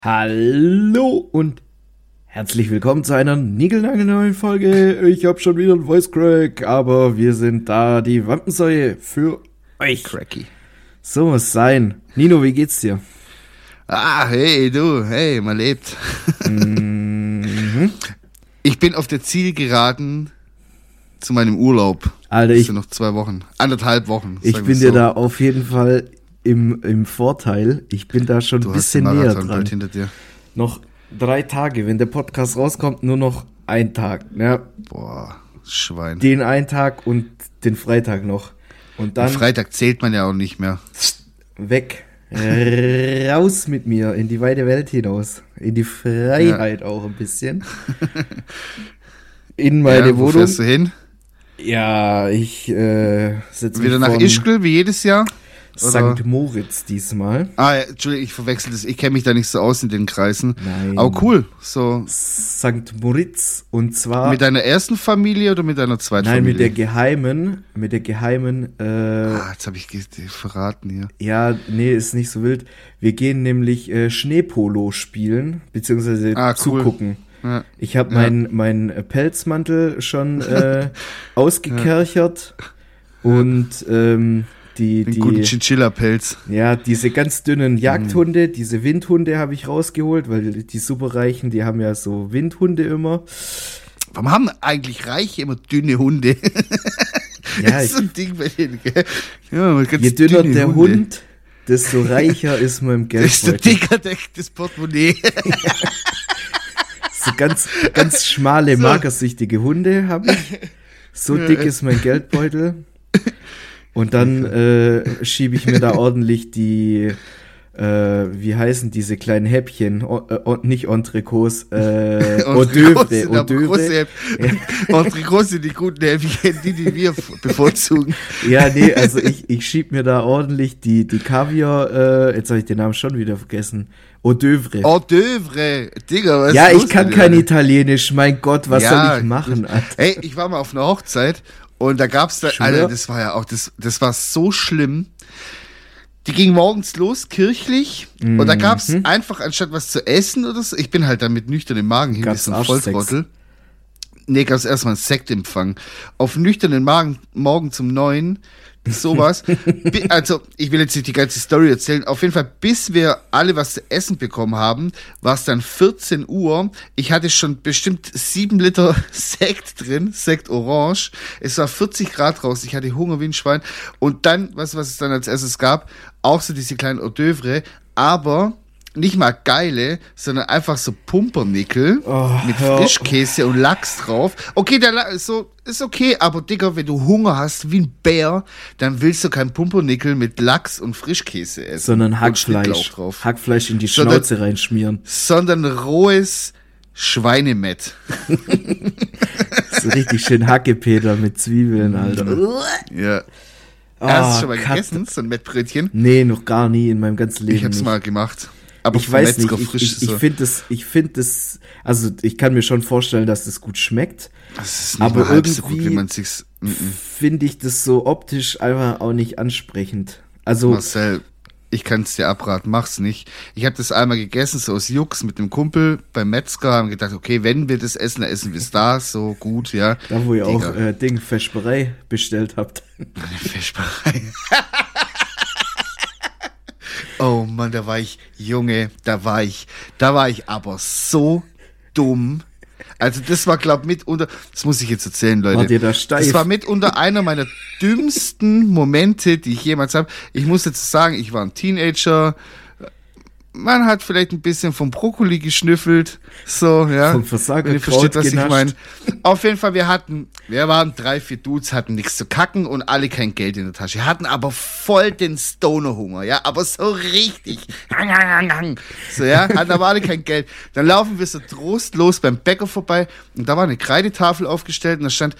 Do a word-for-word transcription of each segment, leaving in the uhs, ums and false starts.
Hallo und herzlich willkommen zu einer niegelnagelneuen Folge. Ich hab schon wieder einen Voice Crack, aber wir sind da, die Wampensäue für euch. Cracky. So muss es sein. Nino, wie geht's dir? Ah, hey, du, hey, man lebt. Mhm. Ich bin auf der Zielgeraden zu meinem Urlaub. Alter, Das ich, sind noch zwei Wochen, anderthalb Wochen. ich sagen bin wir dir so. da auf jeden Fall im, im Vorteil. Ich bin da schon Du ein hast den bisschen näher Marathon dran. bald hinter dir. Noch drei Tage, wenn der Podcast rauskommt, nur noch ein Tag. Ja, Boah, Schwein. den einen Tag und den Freitag noch. Und Am dann Freitag zählt man ja auch nicht mehr. weg. Raus mit mir in die weite Welt hinaus. In die Freiheit auch ein bisschen. In meine ja, wo Wohnung. fährst du hin? Ja, ich äh, sitze Wieder nach Ischgl, wie jedes Jahr? Sankt Moritz diesmal. Ah, ja, Entschuldigung, ich verwechsel das. Ich kenne mich da nicht so aus in den Kreisen. Nein. Aber cool. So Sankt Moritz und zwar mit deiner ersten Familie oder mit deiner zweiten nein, Familie? mit der geheimen, mit der geheimen äh, Ah, jetzt habe ich ge- verraten hier. ja, nee, ist nicht so wild. Wir gehen nämlich äh, Schneepolo spielen, beziehungsweise Ah, cool. zugucken. Ja. Ich habe Ja. meinen mein Pelzmantel schon äh, ausgekerchert und ähm, die, Den guten die Chinchilla-Pelz. ja, diese ganz dünnen Jagdhunde, diese Windhunde habe ich rausgeholt, weil die Superreichen, die haben ja so Windhunde immer. Warum haben eigentlich Reiche immer dünne Hunde? Ja, das ist so ein Ding bei denen, gell? Ja, man ganz je dünner dünne der Hunde. Hund, desto reicher ist man im Desto Geldbeutel. dicker der- das Portemonnaie. So ganz, ganz schmale, So. magersüchtige Hunde habe ich. So dick ist mein Geldbeutel. Und dann äh, schiebe ich mir da ordentlich die, äh, wie heißen diese kleinen Häppchen? O, äh, o, nicht Entrecôts, äh, Hors d'oeuvre. sind aber Hors große d'oeuvre. Häpp- Entrecôts sind die guten Häppchen, die, die wir bevorzugen. Ja, nee, also ich, ich schieb mir da ordentlich die, die Kaviar, äh, jetzt habe ich den Namen schon wieder vergessen. Hors d'oeuvre. Hors d'oeuvre. Digga, was Ja, ist los ich kann mit dir? kein Italienisch, mein Gott, was Ja, soll ich machen, Alter? Ey, ich war mal auf einer Hochzeit und da gab's da, Schwör? Alter, das war ja auch, das, das war so schlimm. Die ging morgens los, kirchlich, und da gab's Mhm. einfach, anstatt was zu essen oder so, ich bin halt dann mit nüchternem Magen hin, Gab's bisschen Arschsex? Volltrottel. Nee, gab's erstmal einen Sektempfang. Auf nüchternen Magen, morgen zum neun, sowas. Bi- also, ich will jetzt nicht die ganze Story erzählen. Auf jeden Fall, bis wir alle was zu essen bekommen haben, war es dann vierzehn Uhr. Ich hatte schon bestimmt sieben Liter Sekt drin, Sekt Orange. Es war vierzig Grad raus. Ich hatte Hunger wie ein Schwein. Und dann, weißt du, was es dann als erstes gab? Auch so diese kleinen Hors d'oeuvre, aber nicht mal geile, sondern einfach so Pumpernickel Oh, mit hör- Frischkäse und Lachs drauf. Okay, der La- ist so ist okay, aber Digga, wenn du Hunger hast wie ein Bär, dann willst du kein Pumpernickel mit Lachs und Frischkäse essen. Sondern Und Schnittlauch Hackfleisch. drauf. Hackfleisch in die Sondern- Schnauze reinschmieren. Sondern rohes Schweinemett. So richtig schön Hackepeter mit Zwiebeln, Alter. Ja. Ah, Hast du schon mal Katzen. gegessen, so ein Mettbrötchen? Nee, noch gar nie in meinem ganzen Leben Ich hab's nicht. mal gemacht. Aber Ich vom weiß nicht, Metzger ich, frisch ich, ich so. finde das, ich finde das, also ich kann mir schon vorstellen, dass das gut schmeckt. Das ist nicht aber mal halb so gut, irgendwie- wie man sich's. Mm, mm. Finde ich das so optisch einfach auch nicht ansprechend. Also, Marcel, ich kann es dir abraten, mach's nicht. Ich habe das einmal gegessen, so aus Jux mit dem Kumpel beim Metzger, haben gedacht, okay, wenn wir das essen, dann essen wir es da, so gut, ja. da wo ihr auch Digga. äh, Ding, Vesperei bestellt habt. Eine Fischberei. Oh Mann, da war ich, Junge, da war ich, da war ich aber so dumm. Also das war, glaub mitunter, das muss ich jetzt erzählen, Leute. Wart ihr da steif? Das war mitunter einer meiner dümmsten Momente, die ich jemals habe. Ich muss jetzt sagen, ich war ein Teenager. Man hat vielleicht ein bisschen vom Brokkoli geschnüffelt, so, ja. Vom Versager Wenn ihr versteht, was ich genascht. meine. Auf jeden Fall, wir hatten, wir waren drei, vier Dudes, hatten nichts zu kacken und alle kein Geld in der Tasche. Hatten aber voll den Stoner-Hunger, ja, aber so richtig. Hang, hang, hang, hang. So, ja, hatten aber alle kein Geld. Dann laufen wir so trostlos beim Bäcker vorbei und da war eine Kreidetafel aufgestellt und da stand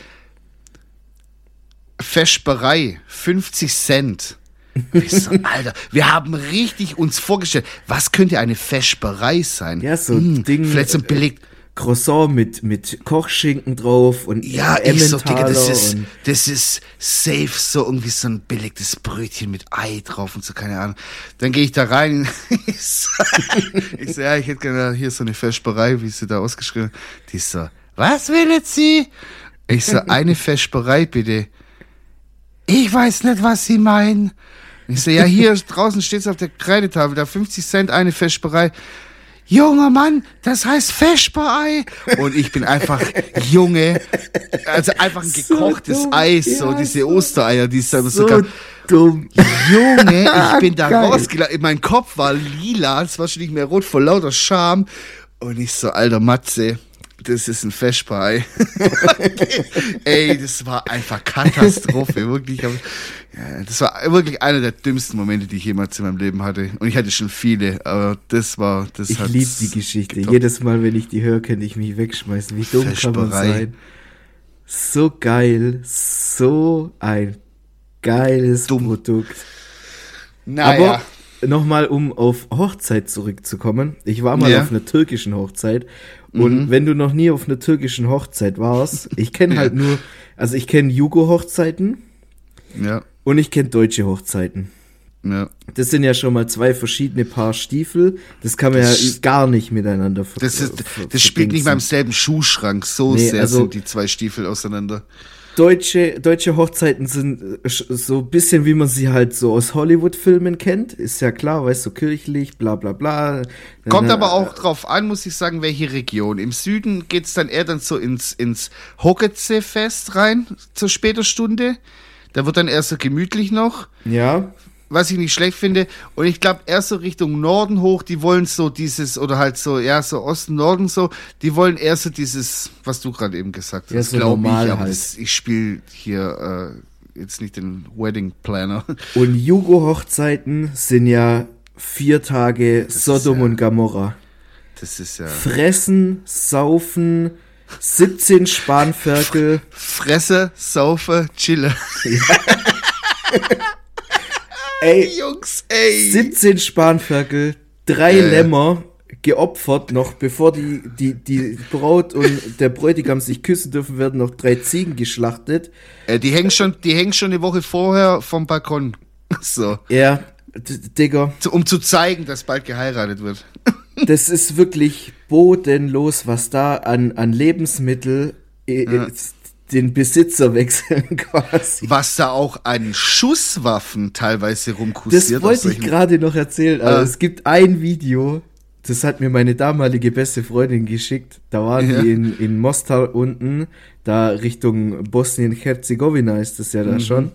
Vesperei, fünfzig Cent. Ich so, Alter, wir haben richtig uns vorgestellt, was könnte eine Vesperei sein? Ja, so ein Ding, Vielleicht so ein äh, Beleg, Croissant mit, mit Kochschinken drauf und Ja, ich so, Digga, das Emmentaler ist, und das ist safe so irgendwie so ein belegtes Brötchen mit Ei drauf und so, keine Ahnung. Dann gehe ich da rein, ich so, ich so, ja, ich hätte gerne hier so eine Vesperei, wie sie da ausgeschrieben. Die so, was will jetzt sie? Ich so, eine Vesperei bitte. Ich weiß nicht, was sie meinen. Ich so, ja, hier draußen steht's auf der Kreidetafel, da fünfzig Cent eine Vesperei. Junger Mann, das heißt Vesperei. Und ich bin einfach Junge, also einfach ein gekochtes so Eis, ja, so diese so, Ostereier, die es da so sogar. dumm. Junge, ich bin da Geil. rausgelaufen. Mein Kopf war lila, es war schon nicht mehr rot vor lauter Scham. Und ich so, alter Matze, das ist ein Vesperei. Ey, das war einfach Katastrophe, wirklich. Ja, das war wirklich einer der dümmsten Momente, die ich jemals in meinem Leben hatte. Und ich hatte schon viele, aber das war, das Ich hat liebe die Geschichte. getoppt. Jedes Mal, wenn ich die höre, könnte ich mich wegschmeißen. Wie dumm kann man Vesperei. sein? So geil. So ein geiles Dumm. Produkt. Naja. Aber nochmal, um auf Hochzeit zurückzukommen. Ich war mal Ja. auf einer türkischen Hochzeit. Und Mhm. wenn du noch nie auf einer türkischen Hochzeit warst, ich kenne Ja. halt nur, also ich kenne Jugo-Hochzeiten Ja, und ich kenne deutsche Hochzeiten. ja. Das sind ja schon mal zwei verschiedene Paar Stiefel. Das kann man Das- ja gar nicht miteinander ver Das, ist, ver- das spielt nicht mal im verdingsen. selben Schuhschrank. So Nee, sehr also- sind die zwei Stiefel auseinander. Deutsche, deutsche Hochzeiten sind äh, sch- so ein bisschen, wie man sie halt so aus Hollywood-Filmen kennt. Ist ja klar, weißt du, kirchlich, bla bla bla. Kommt Dann, aber äh, auch drauf an, muss ich sagen, welche Region. Im Süden geht's dann eher dann so ins, ins Hockeze-Fest rein, zur später Stunde. Da wird dann eher so gemütlich noch, Ja, was ich nicht schlecht finde. Und ich glaube, eher so Richtung Norden hoch, die wollen so dieses, oder halt so, ja, so Osten, Norden so, die wollen eher so dieses, was du gerade eben gesagt hast, Ja, so glaub normal ich. Aber halt. das, ich spiele hier äh, jetzt nicht den Wedding Planner. und Jugo-Hochzeiten sind ja vier Tage ist Sodom ja- und Gomorra. Das ist ja Fressen, saufen, siebzehn Spanferkel. Fresse, Saufe, Chille. Ey, Jungs, ey. siebzehn Spanferkel, drei Ja, ja. Lämmer geopfert, noch bevor die, die, die Braut und der Bräutigam sich küssen dürfen, werden noch drei Ziegen geschlachtet. Äh, die hängen schon, die hängen schon eine Woche vorher vom Balkon. So. Ja, d- Digga, Zu- Um zu zeigen, dass bald geheiratet wird. das ist wirklich bodenlos, was da an, an Lebensmittel äh, Ja. äh, den Besitzer wechseln quasi. Was da auch an Schusswaffen teilweise rumkursiert. Das wollte aus ich solchen- gerade noch erzählen. Also Ah. es gibt ein Video, das hat mir meine damalige beste Freundin geschickt. Da waren Ja. die in, in Mostar unten, da Richtung Bosnien-Herzegowina ist das ja da Mhm. schon.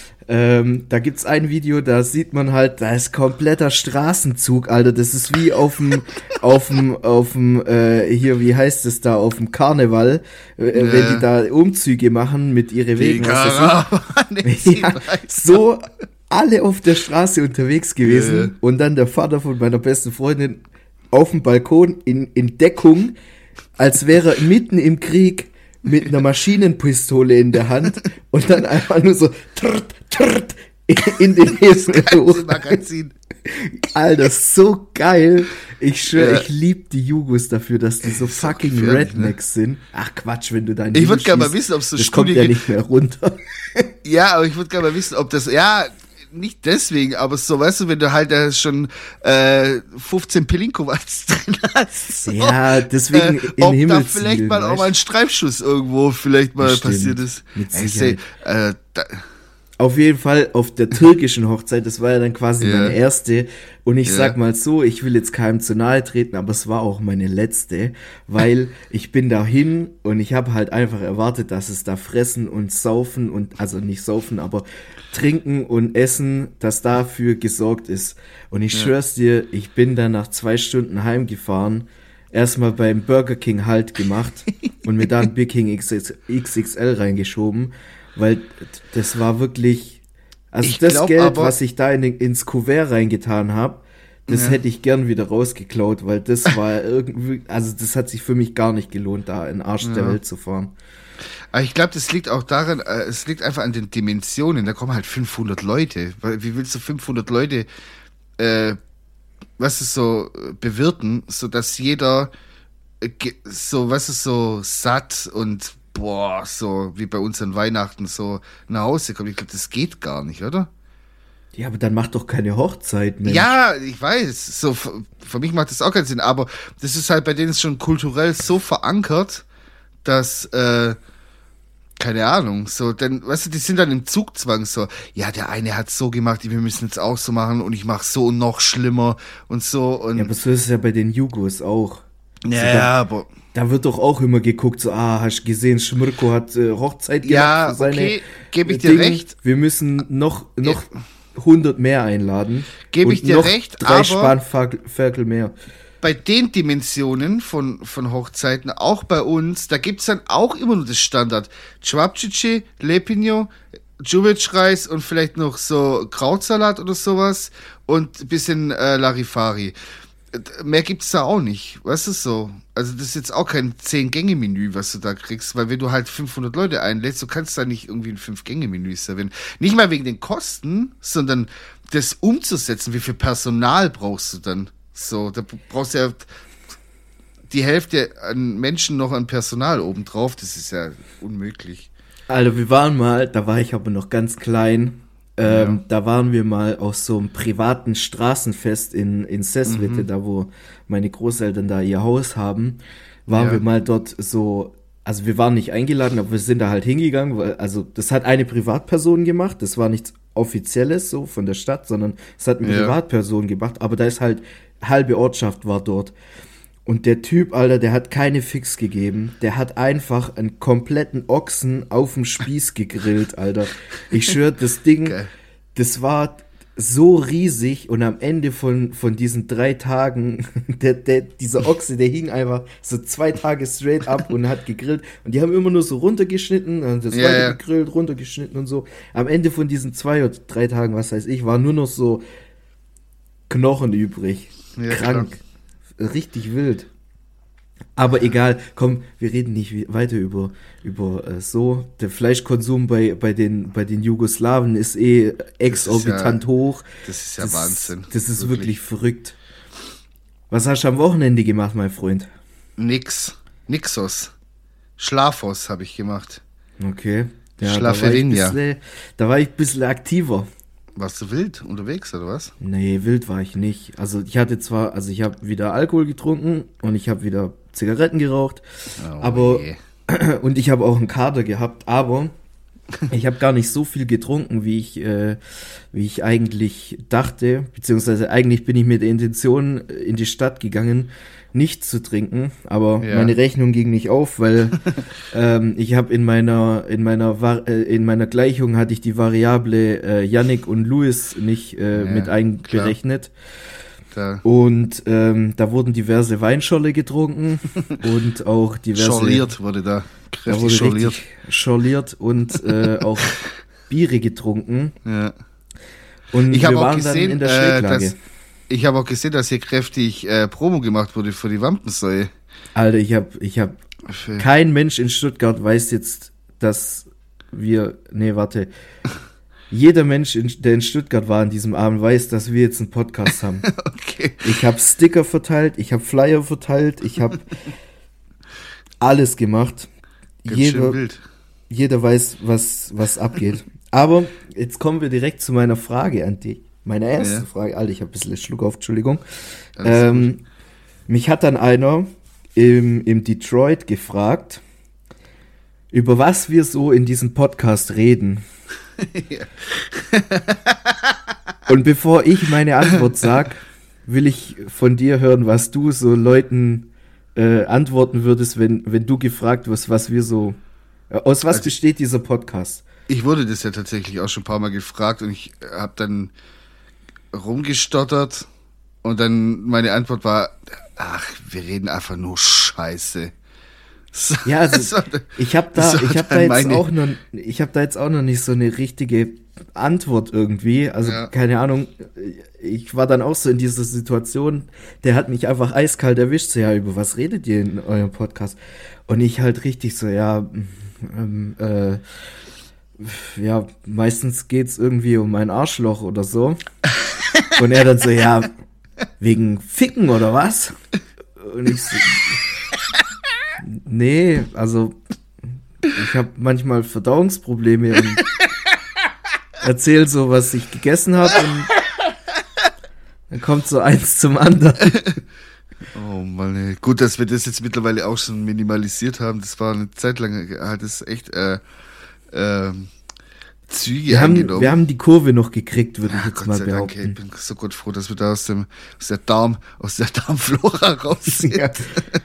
Ähm, da gibt's ein Video, da sieht man halt, da ist kompletter Straßenzug, Alter. Das ist wie auf dem, auf dem, auf dem, äh, hier, wie heißt es da, auf dem Karneval, äh, Ja. wenn die da Umzüge machen mit ihren Die Wegen. was weiß ich. Karawane. Ja, so alle auf der Straße unterwegs gewesen Ja. und dann der Vater von meiner besten Freundin auf dem Balkon in, in Deckung, als wäre er mitten im Krieg mit einer Maschinenpistole in der Hand und dann einfach nur so trrt, trrt, in den Himmel hoch. Ganze Magazin. Alter, so geil. Ich schwöre, Ja. ich lieb die Jugos dafür, dass die so Ist auch fucking gefährlich, ne? Rednecks sind. Ach Quatsch, wenn du deinen Ich würd Himmel gerne mal schießt, wissen, ob's so das kommt Studien ja gibt. nicht mehr runter. Ja, aber ich würde gerne mal wissen, ob das, ja, nicht deswegen, aber so, weißt du, wenn du halt da schon äh, fünfzehn Pilinkowats drin hast. So, Ja, deswegen äh, in ob da Himmelszielen, vielleicht mal auch weißt? mal ein Streifschuss irgendwo vielleicht mal Bestimmt, passiert ist. mit Ey, Sicherheit. seh, äh, da, Auf jeden Fall auf der türkischen Hochzeit, das war ja dann quasi Ja. meine erste. Und ich Ja. sag mal so, ich will jetzt keinem zu nahe treten, aber es war auch meine letzte, weil ich bin dahin und ich habe halt einfach erwartet, dass es da fressen und saufen und, also nicht saufen, aber trinken und essen, dass dafür gesorgt ist. Und ich Ja. schwör's dir, ich bin dann nach zwei Stunden heimgefahren, erstmal beim Burger King Halt gemacht und mir da ein Big King X X L reingeschoben, weil das war wirklich, also Ich das glaub Geld, aber- was ich da in, den- ins Kuvert reingetan habe, das Ja. hätte ich gern wieder rausgeklaut, weil das war irgendwie, also das hat sich für mich gar nicht gelohnt, da in den Arsch der Ja. Welt zu fahren. aber ich glaube, das liegt auch daran, äh, es liegt einfach an den Dimensionen. Da kommen halt fünfhundert Leute. Weil, wie willst du fünfhundert Leute, äh, was ist so, äh, bewirten, sodass jeder ge- so, was ist so satt und boah, so wie bei uns an Weihnachten so nach Hause kommen. Ich glaube, das geht gar nicht, oder? Ja, aber dann mach doch keine Hochzeit, Mensch. Ja, ich weiß. So, für, für mich macht das auch keinen Sinn, aber das ist halt bei denen schon kulturell so verankert, dass, äh, keine Ahnung, so, denn, weißt du, die sind dann im Zugzwang so, ja, der eine hat so gemacht, wir müssen es auch so machen und ich mach so noch schlimmer und so und. Ja, aber so ist es ja bei den Jugos auch. Ja, so, da, aber. Da wird doch auch immer geguckt, so, ah, hast du gesehen, Schmirko hat äh, Hochzeit gemacht Ja, für seine okay, gebe ich äh, dir Ding. recht. Wir müssen noch, noch hundert mehr einladen. Gebe ich und dir noch recht, drei aber Spanferkel mehr. bei den Dimensionen von, von Hochzeiten, auch bei uns, da gibt's dann auch immer nur das Standard. Cevapcici, Lepino, Djuric-Reis und vielleicht noch so Krautsalat oder sowas und ein bisschen äh, Larifari. Mehr gibt's da auch nicht, weißt du so. Also das ist jetzt auch kein zehn-Gänge-Menü, was du da kriegst, weil wenn du halt fünfhundert Leute einlädst, du kannst da nicht irgendwie ein fünf-Gänge-Menü servieren. Nicht mal wegen den Kosten, sondern das umzusetzen, wie viel Personal brauchst du dann? So, da brauchst du ja die Hälfte an Menschen noch an Personal obendrauf, das ist ja unmöglich. Alter, wir waren mal, da war ich aber noch ganz klein, ähm, Ja. da waren wir mal auf so einem privaten Straßenfest in, in Sesswette, Mhm. da wo meine Großeltern da ihr Haus haben, waren Ja. wir mal dort so, also wir waren nicht eingeladen, aber wir sind da halt hingegangen, weil, also das hat eine Privatperson gemacht, das war nichts Offizielles so von der Stadt, sondern es hat eine Ja. Privatperson gemacht, aber da ist halt, halbe Ortschaft war dort. Und der Typ, Alter, der hat keine Fix gegeben. Der hat einfach einen kompletten Ochsen auf dem Spieß gegrillt, Alter. Ich schwör, das Ding, Geil. das war so riesig und am Ende von, von diesen drei Tagen, der, der, dieser Ochse, der hing einfach so zwei Tage straight up und hat gegrillt. Und die haben immer nur so runtergeschnitten, und das Ja, weiter ja. gegrillt, runtergeschnitten und so. Am Ende von diesen zwei oder drei Tagen, was weiß ich, war nur noch so Knochen übrig. Ja, Krank. Richtig wild. Aber egal, komm, wir reden nicht wie- weiter über, über äh, so. Der Fleischkonsum bei, bei, den, bei den Jugoslawen ist eh exorbitant ja- hoch. Das ist ja Wahnsinn. Das ist wirklich. verrückt. Was hast du am Wochenende gemacht, mein Freund? Nix. Nixos. Schlafos habe ich gemacht. Okay. Schlaferinja. Da war ich bisschen- da war ich ein bisschen aktiver. Warst du wild unterwegs oder was? Nee, wild war ich nicht. Also ich hatte zwar, also ich habe wieder Alkohol getrunken und ich habe wieder Zigaretten geraucht, Oh, aber je. und ich habe auch einen Kater gehabt, aber ich habe gar nicht so viel getrunken, wie ich, äh, wie ich eigentlich dachte, beziehungsweise eigentlich bin ich mit der Intention in die Stadt gegangen, nicht zu trinken, aber Ja. meine Rechnung ging nicht auf, weil ähm, ich habe in meiner in meiner Var äh, in meiner Gleichung hatte ich die Variable äh, Yannick und Louis nicht äh, Ja, mit einberechnet. Da Und ähm, da wurden diverse Weinscholle getrunken und auch diverse schorliert wurde da. da Kräftig wurde schorliert. richtig schorliert und äh, auch Biere getrunken. Ja. Und Ich wir habe auch waren gesehen, dann in der äh, Schräglage. dass, ich habe auch gesehen, dass hier kräftig äh, Promo gemacht wurde für die Wampensäue. Alter, ich hab, ich hab, Für- kein Mensch in Stuttgart weiß jetzt, dass wir, nee, warte. Jeder Mensch, in, der in Stuttgart war an diesem Abend, weiß, dass wir jetzt einen Podcast haben. Okay. Ich habe Sticker verteilt, ich habe Flyer verteilt, ich habe alles gemacht. Ganz schön Jeder, wild. jeder weiß, was, was abgeht. Aber jetzt kommen wir direkt zu meiner Frage an dich. Meine erste Ja. Frage. Alter, ich habe ein bisschen Schluck auf, Entschuldigung. Alles Ähm, mich hat dann einer im, im Detroit gefragt, über was wir so in diesem Podcast reden. Und bevor ich meine Antwort sag, will ich von dir hören, was du so Leuten äh, antworten würdest, wenn, wenn du gefragt wirst, was wir so. Äh, aus was Also- besteht dieser Podcast? Ich wurde das ja tatsächlich auch schon ein paar Mal gefragt und ich habe dann rumgestottert und dann meine Antwort war, ach, wir reden einfach nur Scheiße. So, Ja, also das war- ich habe da, das war ich habe da dann jetzt meine- auch noch, ich habe da jetzt auch noch nicht so eine richtige Antwort irgendwie. Also Ja. keine Ahnung. Ich war dann auch so in dieser Situation. Der hat mich einfach eiskalt erwischt. So, ja, über was redet ihr in eurem Podcast? Und ich halt richtig so, ja, ähm, äh, ja, meistens geht's irgendwie um ein Arschloch oder so. Und er dann so, ja, wegen Ficken oder was? Und ich so, Nee, also ich habe manchmal Verdauungsprobleme und erzähl so, was ich gegessen habe und dann kommt so eins zum anderen. Oh Mann, ey. Gut, dass wir das jetzt mittlerweile auch schon minimalisiert haben. Das war eine Zeit lang, hat es echt äh, äh, Züge wir haben, angenommen. wir haben die Kurve noch gekriegt, würde Ja, ich jetzt Gott mal sei Dank, behaupten. ey. Ich bin so Gott froh, dass wir da aus dem aus der Darm, aus der Darmflora raus sind. Ja.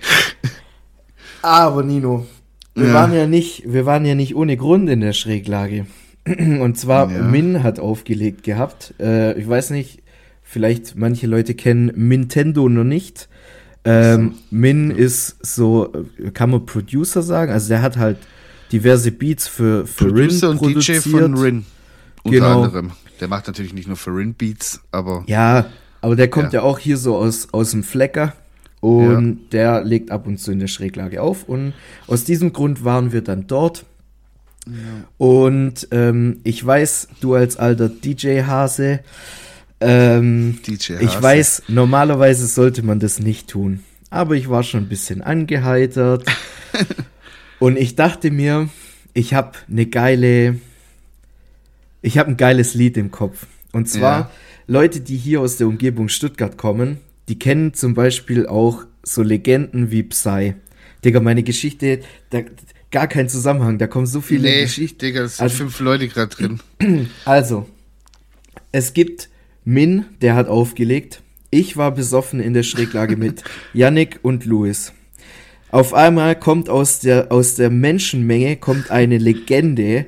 Aber Nino, wir Ja. waren ja nicht, wir waren ja nicht ohne Grund in der Schräglage. Und zwar Ja. Min hat aufgelegt gehabt. Äh, ich weiß nicht, vielleicht manche Leute kennen Nintendo noch nicht. Ähm, Min ist so, äh, kann man Producer sagen? Also der hat halt diverse Beats für, für Producer Rin und D J produziert. von Rin. Unter Genau. anderem. Der macht natürlich nicht nur für Rin Beats, aber Ja, aber der kommt ja, Ja. auch hier so aus, aus dem Flecker und der legt ab und zu in der Schräglage auf und aus diesem Grund waren wir dann dort. Und ähm, ich weiß, du als alter D J-Hase, ähm, D J ich Hase. weiß, normalerweise sollte man das nicht tun. Aber ich war schon ein bisschen angeheitert und ich dachte mir, ich habe eine geile, ich habe ein geiles Lied im Kopf. Und zwar Ja. Leute, die hier aus der Umgebung Stuttgart kommen, die kennen zum Beispiel auch so Legenden wie Psy. Digga, meine Geschichte, da, gar kein Zusammenhang, da kommen so viele Nee, Geschichten. Digga, es sind Also- fünf Leute gerade drin. Also, es gibt Min, der hat aufgelegt. Ich war besoffen in der Schräglage mit Yannick und Louis. Auf einmal kommt aus der, aus der Menschenmenge kommt eine Legende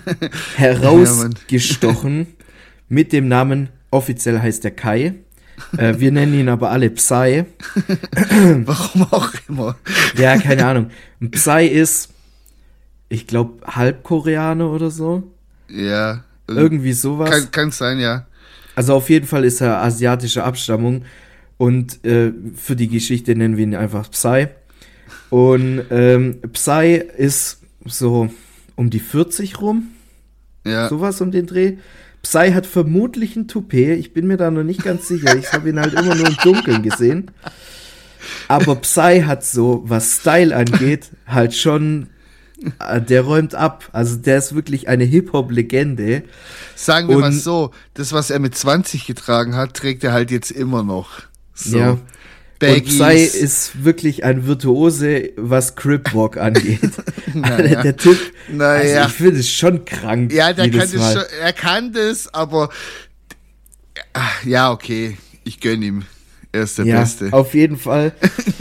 herausgestochen mit dem Namen, offiziell heißt der Kai. Äh, wir nennen ihn aber alle Psy. Warum auch immer. Ja, keine Ahnung. Und Psy ist, ich glaube, Halbkoreaner oder so. Ja. Irgendwie sowas. Kann, kann sein, ja. Also auf jeden Fall ist er asiatischer Abstammung und äh, für die Geschichte nennen wir ihn einfach Psy. Und ähm, Psy ist so um die vierzig rum, Ja. sowas um den Dreh. Psy hat vermutlich ein Toupet, ich bin mir da noch nicht ganz sicher, ich habe ihn halt immer nur im Dunkeln gesehen. Aber Psy hat so, was Style angeht, halt schon, äh, der räumt ab. Also der ist wirklich eine Hip-Hop-Legende. Sagen wir Und- mal so, das, was er mit zwanzig getragen hat, trägt er halt jetzt immer noch. So. Ja. Und Psy ist wirklich ein Virtuose, was Cripwalk angeht. Naja. Der Typ, Naja. also ich finde es schon krank. Ja, der jedes kann das Mal. schon, er kann das, aber ach, ja, okay, ich gönn ihm. Er ist der Ja, Beste. auf jeden Fall.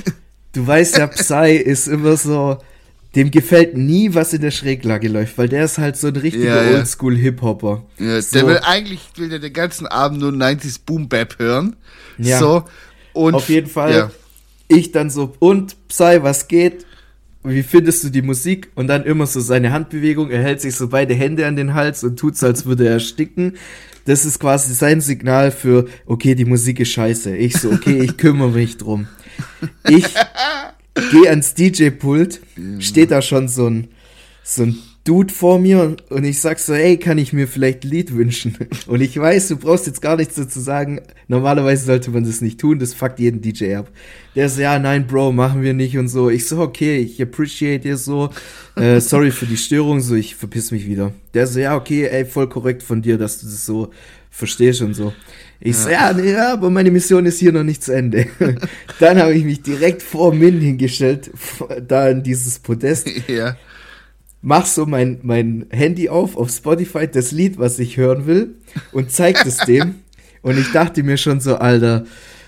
Du weißt ja, Psy ist immer so, dem gefällt nie, was in der Schräglage läuft, weil der ist halt so ein richtiger Ja, ja. Oldschool-Hip-Hopper. Ja, so, der will eigentlich will der den ganzen Abend nur neunziger Boom Bap hören. Ja. So und auf jeden Fall. Ja. Ich dann so, und Psy, was geht? Wie findest du die Musik? Und dann immer so seine Handbewegung, er hält sich so beide Hände an den Hals und tut so, als würde er ersticken. Das ist quasi sein Signal für, okay, die Musik ist scheiße. Ich so, okay, ich kümmere mich drum. Ich gehe ans D J-Pult, steht da schon so ein, so ein Dude vor mir und, und ich sag so, ey, kann ich mir vielleicht ein Lied wünschen? Und ich weiß, du brauchst jetzt gar nichts dazu sagen. Normalerweise sollte man das nicht tun, das fuckt jeden D J ab. Der so, ja, nein, Bro, machen wir nicht und so. Ich so, okay, ich appreciate dir so. Äh, sorry für die Störung, so, ich verpiss mich wieder. Der so, ja, okay, ey, voll korrekt von dir, dass du das so verstehst und so. Ich so, ja, nee, ja, aber meine Mission ist hier noch nicht zu Ende. Dann habe ich mich direkt vor Min hingestellt, da in dieses Podest. Ja. Mach so mein, mein Handy auf, auf Spotify, das Lied, was ich hören will, und zeig es dem. Und ich dachte mir schon so, Alter,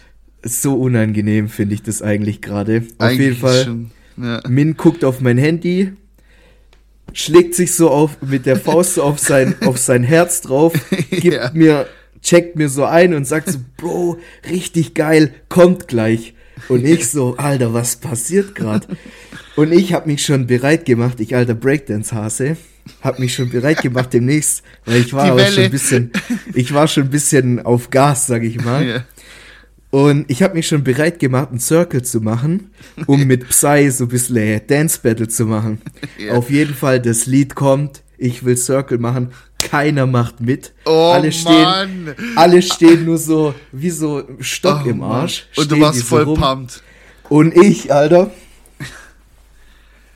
so unangenehm finde ich das eigentlich gerade. Auf Eigentlich jeden Fall, schon, ja. Min guckt auf mein Handy, schlägt sich so auf, mit der Faust so auf sein, auf sein Herz drauf, gibt Ja. mir, checkt mir so ein und sagt so, Bro, richtig geil, kommt gleich. Und ich so, Alter, was passiert gerade? Und ich habe mich schon bereit gemacht, ich alter Breakdance-Hase, habe mich schon bereit gemacht demnächst, weil ich war Die aber Welle. schon ein bisschen, ich war schon ein bisschen auf Gas, sag ich mal. Ja. Und ich habe mich schon bereit gemacht, einen Circle zu machen, um mit Psy so ein bisschen Dance Battle zu machen. Ja. Auf jeden Fall, das Lied kommt, ich will Circle machen, keiner macht mit. Oh alle stehen, Mann. alle stehen nur so wie so Stock Oh im Arsch. Mann. Und du stehen warst die so voll rum. pumped. Und ich, Alter,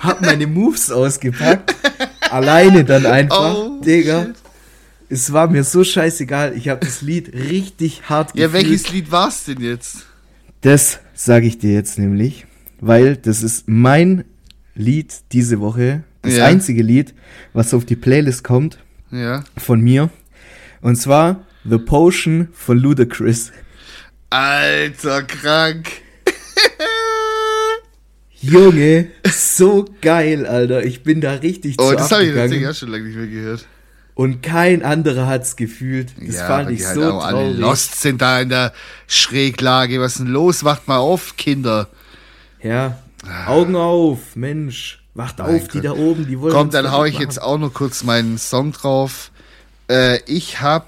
hab meine Moves ausgepackt. Alleine dann einfach, Oh, Digga. shit. Es war mir so scheißegal. Ich habe das Lied richtig hart Ja, gefühlt. welches Lied war's denn jetzt? Das sage ich dir jetzt nämlich, weil das ist mein Lied diese Woche. Das Ja. einzige Lied, was auf die Playlist kommt Ja. von mir. Und zwar The Potion von Ludacris. Alter, krank. Junge, so geil, Alter. Ich bin da richtig Oh, zu das habe ich abgegangen. tatsächlich auch schon lange nicht mehr gehört. Und kein anderer hat's gefühlt. Das ja, fand weil ich die so halt auch alle traurig. lost sind da in der Schräglage. Was ist denn los? Wacht mal auf, Kinder. Ja, Augen auf, Mensch. Wacht Mein auf, die Gott. da oben, die wollen Komm, uns dann hau ich verrückt jetzt machen. auch noch kurz meinen Song drauf. Äh, ich hab...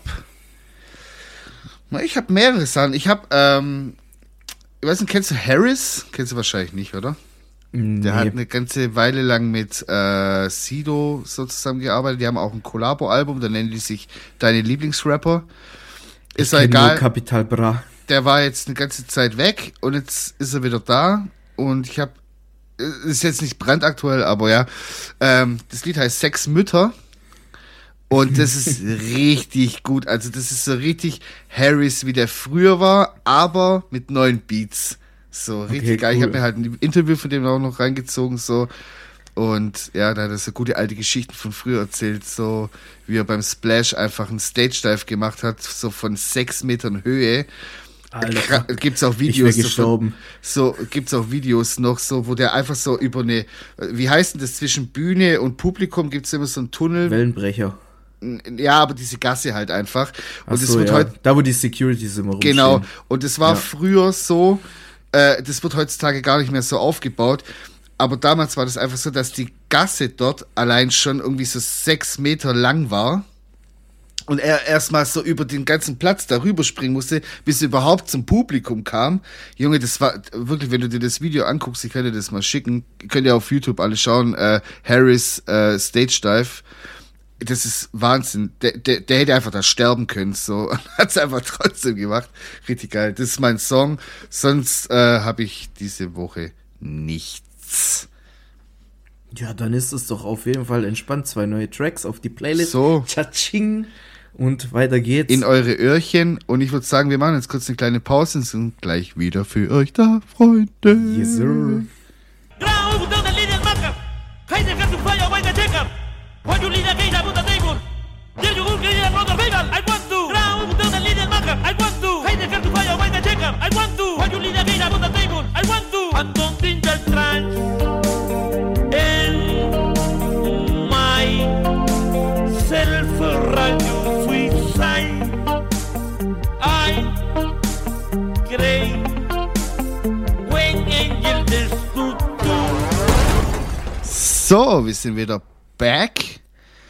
Na, ich hab mehrere Sachen. Ich hab, ähm... Ich weiß nicht, kennst du Harris? Kennst du wahrscheinlich nicht, oder? Nee. Der hat eine ganze Weile lang mit äh, Sido so zusammengearbeitet. Die haben auch ein Collabo-Album, da nennen die sich Deine Lieblingsrapper. Ist ja Kenn nur egal. Capital Bra. Der war jetzt eine ganze Zeit weg und jetzt ist er wieder da. Und ich habe, ist jetzt nicht brandaktuell, aber ja, ähm, das Lied heißt Sex Mütter. Und das ist richtig gut. Also das ist so richtig Harris, wie der früher war, aber mit neuen Beats. So, richtig Okay, geil. Ich cool. habe mir halt ein Interview von dem auch noch reingezogen, so. Und ja, da hat er so gute alte Geschichten von früher erzählt, so wie er beim Splash einfach einen Stage-Dive gemacht hat, so von sechs Metern Höhe. Alter, Kra- Gibt's auch ich wär Videos so, gestorben. so gibt's auch Videos noch so, wo der einfach so über eine, wie heißt denn das, zwischen Bühne und Publikum gibt's immer so einen Tunnel. Wellenbrecher. Ja, aber diese Gasse halt einfach. Ach Und es so, wird ja. heute Da, wo die Securities immer rumstehen. genau. Und es war Ja. früher so, äh, das wird heutzutage gar nicht mehr so aufgebaut. Aber damals war das einfach so, dass die Gasse dort allein schon irgendwie so sechs Meter lang war. Und er erstmal so über den ganzen Platz darüber springen musste, bis er überhaupt zum Publikum kam. Junge, das war wirklich, wenn du dir das Video anguckst, ich kann dir das mal schicken, könnt ihr auf YouTube alle schauen, äh, Harris äh, Stage Dive. Das ist Wahnsinn. Der, der, der hätte einfach da sterben können, so. Hat es einfach trotzdem gemacht. Richtig geil. Das ist mein Song. Sonst äh, habe ich diese Woche nichts. Ja, dann ist es doch auf jeden Fall entspannt. Zwei neue Tracks auf die Playlist. So. Tschatsching. Und weiter geht's. In eure Öhrchen. Und ich würde sagen, wir machen jetzt kurz eine kleine Pause und sind gleich wieder für euch da, Freunde. Yes, sir. So, wir sind wieder back.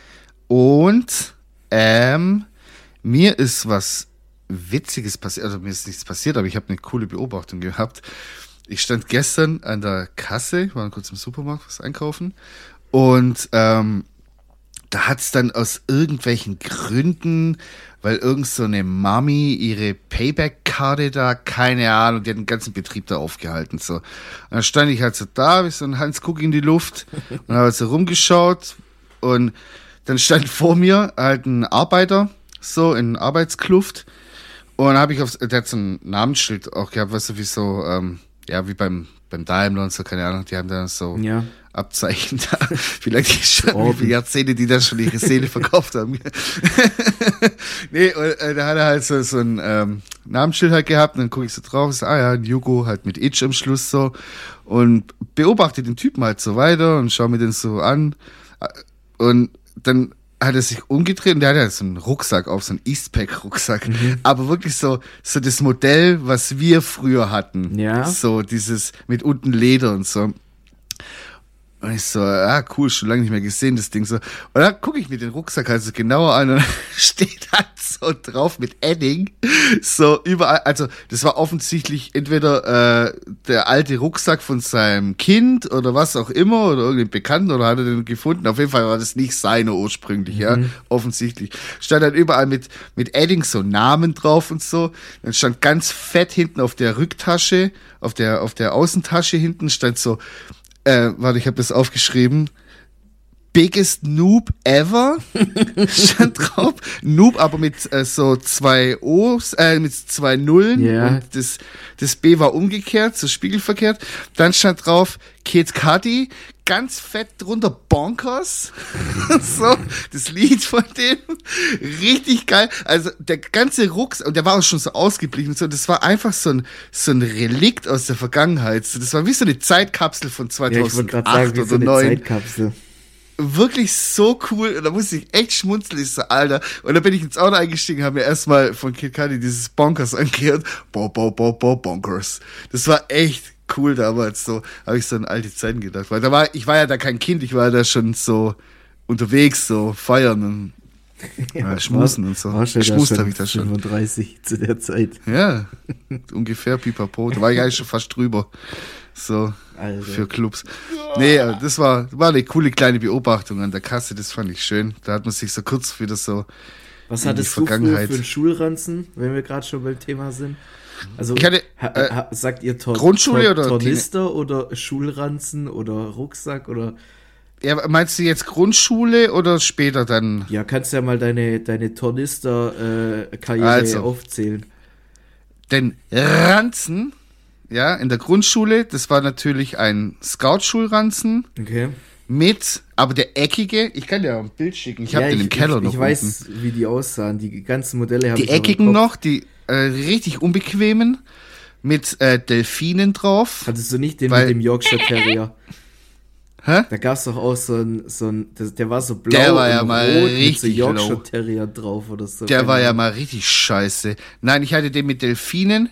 Und ähm, mir ist was Witziges passiert. Also mir ist nichts passiert, aber ich habe eine coole Beobachtung gehabt. Ich stand gestern an der Kasse, war kurz im Supermarkt was einkaufen. Und ähm, da hat es dann aus irgendwelchen Gründen, weil irgend so eine Mami ihre Payback-Karte da, keine Ahnung, die hat den ganzen Betrieb da aufgehalten. So. Und dann stand ich halt so da, wie so ein Hans-Kuck in die Luft und habe so rumgeschaut und dann stand vor mir halt ein Arbeiter, so in Arbeitskluft und dann habe ich auf, der hat so ein Namensschild auch gehabt, weißt du, wie so, ähm, ja, wie beim, beim Daimler und so, keine Ahnung, die haben da so Ja. Abzeichen da. Vielleicht schon, wie Orden. viele Jahrzehnte, die da schon ihre Seele verkauft haben. Nee, und äh, da hat er halt so, so ein ähm, Namensschild halt gehabt und dann gucke ich so drauf, so, ah ja, ein Jugo halt mit Itch am Schluss so und beobachte den Typen halt so weiter und schaue mir den so an und dann hat er sich umgedreht und der hat ja so einen Rucksack auf, so einen Eastpack-Rucksack, Mhm. aber wirklich so, so das Modell, was wir früher hatten. Ja. So dieses mit unten Leder und so. Und ich so, ah, cool, schon lange nicht mehr gesehen, das Ding so. Und dann gucke ich mir den Rucksack halt so genauer an und steht halt so drauf mit Edding, so überall, also das war offensichtlich entweder äh, der alte Rucksack von seinem Kind oder was auch immer oder irgendeinen Bekannten oder hat er den gefunden. Auf jeden Fall war das nicht seine ursprünglich, ja, offensichtlich. Stand halt überall mit, mit Edding so Namen drauf und so. Dann stand ganz fett hinten auf der Rücktasche, auf der, auf der Außentasche hinten stand so, äh, warte, ich habe das aufgeschrieben. Biggest Noob ever stand drauf. Noob, aber mit äh, so zwei O's, äh, mit zwei Nullen. Ja. Und das, das B war umgekehrt, so spiegelverkehrt. Dann stand drauf Kid Cudi, ganz fett drunter Bonkers. So, das Lied von dem. Richtig geil. Also der ganze Rucksack, und der war auch schon so ausgeblichen. So, das war einfach so ein, so ein Relikt aus der Vergangenheit. So, das war wie so eine Zeitkapsel von Ja, ich wollte gerade zweitausendacht sagen, wie so oder eine neun. Zeitkapsel. Wirklich so cool. Und da musste ich echt schmunzeln. Ich so, Alter. Und dann bin ich ins Auto eingestiegen, habe mir erstmal von Kid Cudi dieses Bonkers angehört. Bo, bo, bo, bo, Bonkers. Das war echt cool damals. So habe ich so an alte Zeiten gedacht. Weil da war, ich war ja da kein Kind, ich war da schon so unterwegs, so feiern und ja, äh, schmusen und so. Geschmust habe ich da schon. fünfunddreißig zu der Zeit. Ja, ungefähr pipapo. Da war ich eigentlich schon fast drüber. So, Alter. für Clubs. Nee, das war, war eine coole kleine Beobachtung an der Kasse, das fand ich schön. Da hat man sich so kurz wieder so Was in die hattest du früher Vergangenheit. für einen Schulranzen, wenn wir gerade schon beim Thema sind? Also, Ich hatte, ha, äh, ha, sagt ihr Tor Grundschule Tor oder Tornister oder Schulranzen oder Rucksack oder Ja, meinst du jetzt Grundschule oder später dann? ja, kannst ja mal deine, deine Tornister-Karriere Also. aufzählen. Denn Ranzen, ja, in der Grundschule, das war natürlich ein Scout-Schulranzen Okay. mit, aber der eckige, ich kann dir auch ein Bild schicken, ich habe ja, den im Keller ich, noch Ich unten. weiß, wie die aussahen. Die ganzen Modelle habe Die ich noch im eckigen Kopf. noch, die äh, richtig unbequemen, mit äh, Delfinen drauf. Hattest du nicht den Weil- mit dem Yorkshire Terrier? Hä? Da gab es doch auch so ein, so ein das, der war so blau Der war ja und mal rot mit so richtig Yorkshire low. Terrier drauf oder so. Der Keine war ja Ahnung. mal richtig scheiße. Nein, ich hatte den mit Delfinen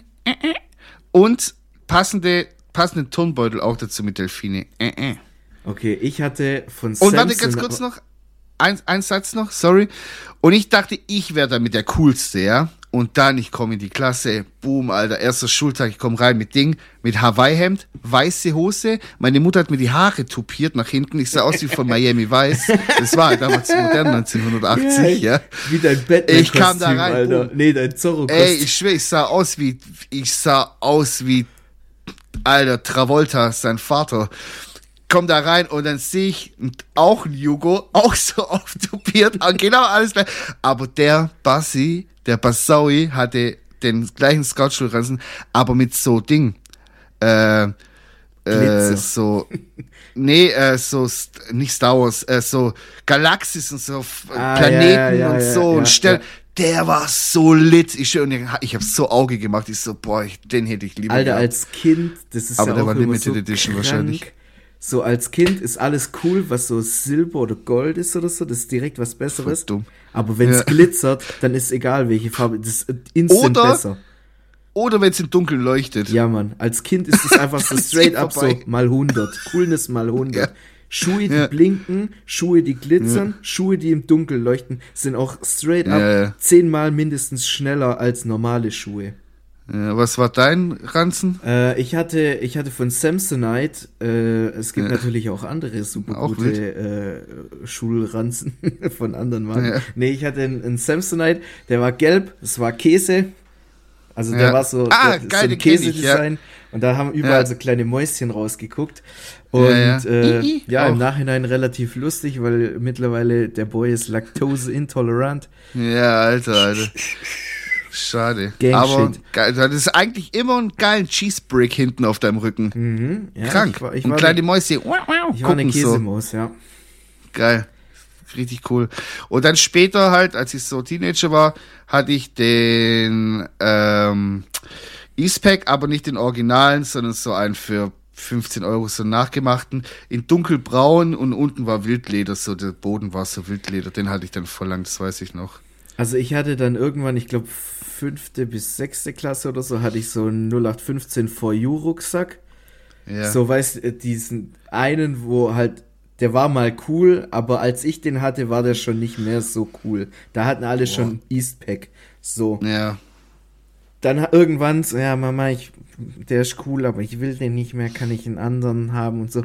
und passende, passenden Turnbeutel auch dazu mit Delfine. Okay, ich hatte von Und warte, Samson- ganz kurz noch. Ein, ein Satz noch, sorry. Und ich dachte, ich wäre damit der Coolste, ja. Und dann, ich komme in die Klasse, boom, Alter, erster Schultag, ich komme rein mit Ding, mit Hawaii-Hemd, weiße Hose. Meine Mutter hat mir die Haare tupiert nach hinten. Ich sah aus wie von Miami Vice. Das war damals modern, neunzehnhundertachtzig, ja. Wie dein Batman-Kostüm, Ich kam da rein, Alter. boom. Nee, dein Zorro-Kostüm. Ey, ich schwör, ich sah aus wie, ich sah aus wie, Alter, Travolta, sein Vater. Komm da rein und dann sehe ich auch einen Jugo, auch so auftupiert, genau alles gleich. Aber der Bassi, der Bassaui hatte den gleichen Scout-Schulranzen, aber mit so Ding, äh, äh, Glitzer. so, nee, äh, so, st- nicht Star Wars, äh, so Galaxis und so f- Ah, Planeten ja, ja, und ja, so ja, und Stellen. ja. Der war so lit. Ich, schwör, und ich habe so Auge gemacht. Ich so, boah, ich, den hätte ich lieber Alter, gehabt. als Kind, das ist Aber ja der auch war immer Limited so Edition krank. wahrscheinlich. So als Kind ist alles cool, was so Silber oder Gold ist oder so, das ist direkt was Besseres. Voll dumm. Aber wenn es Ja. glitzert, dann ist egal, welche Farbe, das ist instant Oder- besser. Oder wenn es im Dunkeln leuchtet. Ja, Mann, als Kind ist es einfach so Dann ist straight eh up so vorbei. mal hundert. Coolness mal hundert. Ja. Schuhe, die Ja. blinken, Schuhe, die glitzern, Schuhe, die im Dunkeln leuchten, sind auch straight up Ja, ja. zehnmal mindestens schneller als normale Schuhe. Ja, was war dein Ranzen? Äh, ich hatte, ich hatte von Samsonite, äh, es gibt Ja. natürlich auch andere super Auch gute äh, Schulranzen von anderen Marken. Ja. Nee, ich hatte einen, einen Samsonite, der war gelb, es war Käse. Also der Ja. war so, Ah, der, geil, so ein den kenn ich, Käsedesign. Und da haben überall Ja. so kleine Mäuschen rausgeguckt. Und Ja, ja, ja. Äh, Ihi, ja im auch. Nachhinein relativ lustig, weil mittlerweile der Boy ist laktoseintolerant. Ja, Alter, Alter. Schade. Gang Aber shit. geil, das ist eigentlich immer einen geilen Cheese Brick hinten auf deinem Rücken. Mhm. Ja, Krank. Ich war, ich Und war, kleine eine, Mäuschen. Wow, wow, ich war eine gucken so. Käsemaus, ja. Geil. Richtig cool. Und dann später halt, als ich so Teenager war, hatte ich den ähm, Eastpak, aber nicht den Originalen, sondern so einen für fünfzehn Euro, so einen nachgemachten, in dunkelbraun und unten war Wildleder, so der Boden war so Wildleder. Den hatte ich dann voll lang, das weiß ich noch. Also ich hatte dann irgendwann, ich glaube fünfte bis sechste Klasse oder so, hatte ich so einen null acht fünfzehn For You Rucksack. Ja. So, weißt du, diesen einen, wo halt, der war mal cool, aber als ich den hatte, war der schon nicht mehr so cool. Da hatten alle schon Eastpak. So. Ja. Dann ha- irgendwann, so, ja, Mama, ich, der ist cool, aber ich will den nicht mehr, kann ich einen anderen haben und so.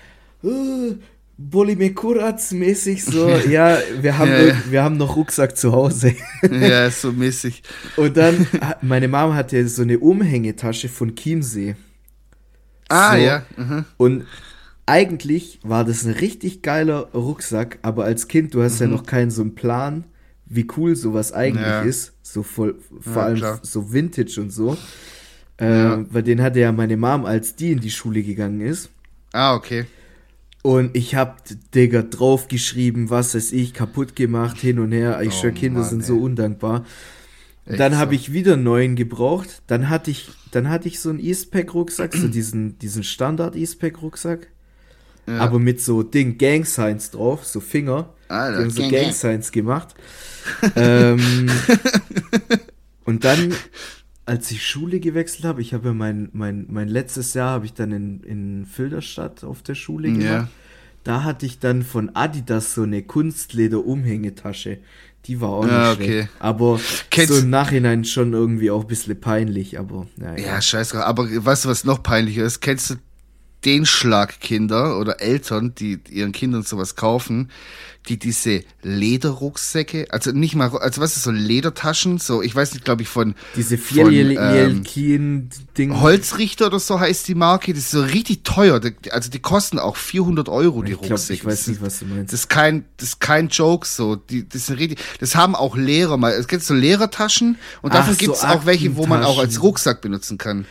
Uh, Bolimekuratz-mäßig so, ja, wir haben, Ja, irg- ja. wir haben noch Rucksack zu Hause. Ja, so mäßig. Und dann, ha- meine Mama hatte so eine Umhängetasche von Chiemsee. Ah, So. ja. Mhm. Und eigentlich war das ein richtig geiler Rucksack, aber als Kind, du hast mhm. ja noch keinen so einen Plan, wie cool sowas eigentlich ja. ist. So voll, vor ja, allem klar. so Vintage und so. Äh, ja. Weil den hatte ja meine Mom, als die in die Schule gegangen ist. Ah, okay. Und ich hab, Digga, draufgeschrieben, was weiß ich, kaputt gemacht, hin und her. Ich oh, schwör, Kinder Mann, sind ey. so undankbar. Echt dann habe so. ich wieder einen neuen gebraucht. Dann hatte ich, dann hatte ich so einen Eastpak-Rucksack, so diesen, diesen Standard-Eastpak-Rucksack. Ja. Aber mit so Ding, Gang-Signs drauf, so Finger. Alter, die haben so Gang, Gang-Signs gemacht. ähm, und dann, als ich Schule gewechselt habe, ich habe ja mein, mein, mein letztes Jahr habe ich dann in, in Filderstadt auf der Schule gemacht. Ja. Da hatte ich dann von Adidas so eine Kunstleder-Umhängetasche. Die war auch ja, nicht okay. schlecht. Aber Kennst so im Nachhinein schon irgendwie auch ein bisschen peinlich. Aber ja, ja, scheiße. Aber weißt du, was noch peinlicher ist? Kennst du den Schlagkinder oder Eltern, die ihren Kindern sowas kaufen, die diese Lederrucksäcke, also nicht mal, also was ist so Ledertaschen, so, ich weiß nicht, glaube ich, von diese Vierjelkin-Ding. Ähm, Holzrichter oder so heißt die Marke, das ist so richtig teuer, also die kosten auch vierhundert Euro, die ich glaub, Rucksäcke. Ich weiß nicht, was du meinst. Das ist kein, das ist kein Joke, so, die, das sind richtig, das haben auch Lehrer mal, es gibt so Lehrertaschen und davon Ach, gibt es so auch welche, wo man auch als Rucksack benutzen kann.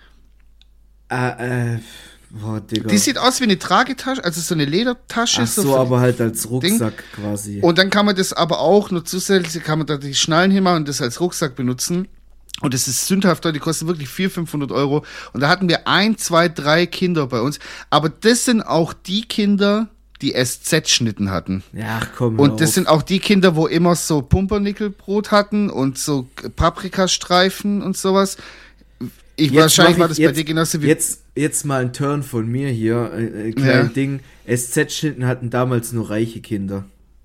Äh, äh, Boah, Digga. Die sieht aus wie eine Tragetasche, also so eine Ledertasche. Ach so, so aber halt als Rucksack Ding. quasi. Und dann kann man das aber auch nur zusätzlich, kann man da die Schnallen hinmachen und das als Rucksack benutzen. Und das ist sündhaft, die kosten wirklich vierhundert, fünfhundert Euro. Und da hatten wir ein, zwei, drei Kinder bei uns. Aber das sind auch die Kinder, die S Z-Schnitten hatten. Ja, ach komm. Und das auf. sind auch die Kinder, wo immer so Pumpernickelbrot hatten und so Paprikastreifen und sowas. Ich, jetzt wahrscheinlich ich, war das jetzt, bei dir genauso wie... Jetzt, jetzt mal ein Turn von mir hier, ein kleines ja. Ding. S Z-Schnitten hatten damals nur reiche Kinder.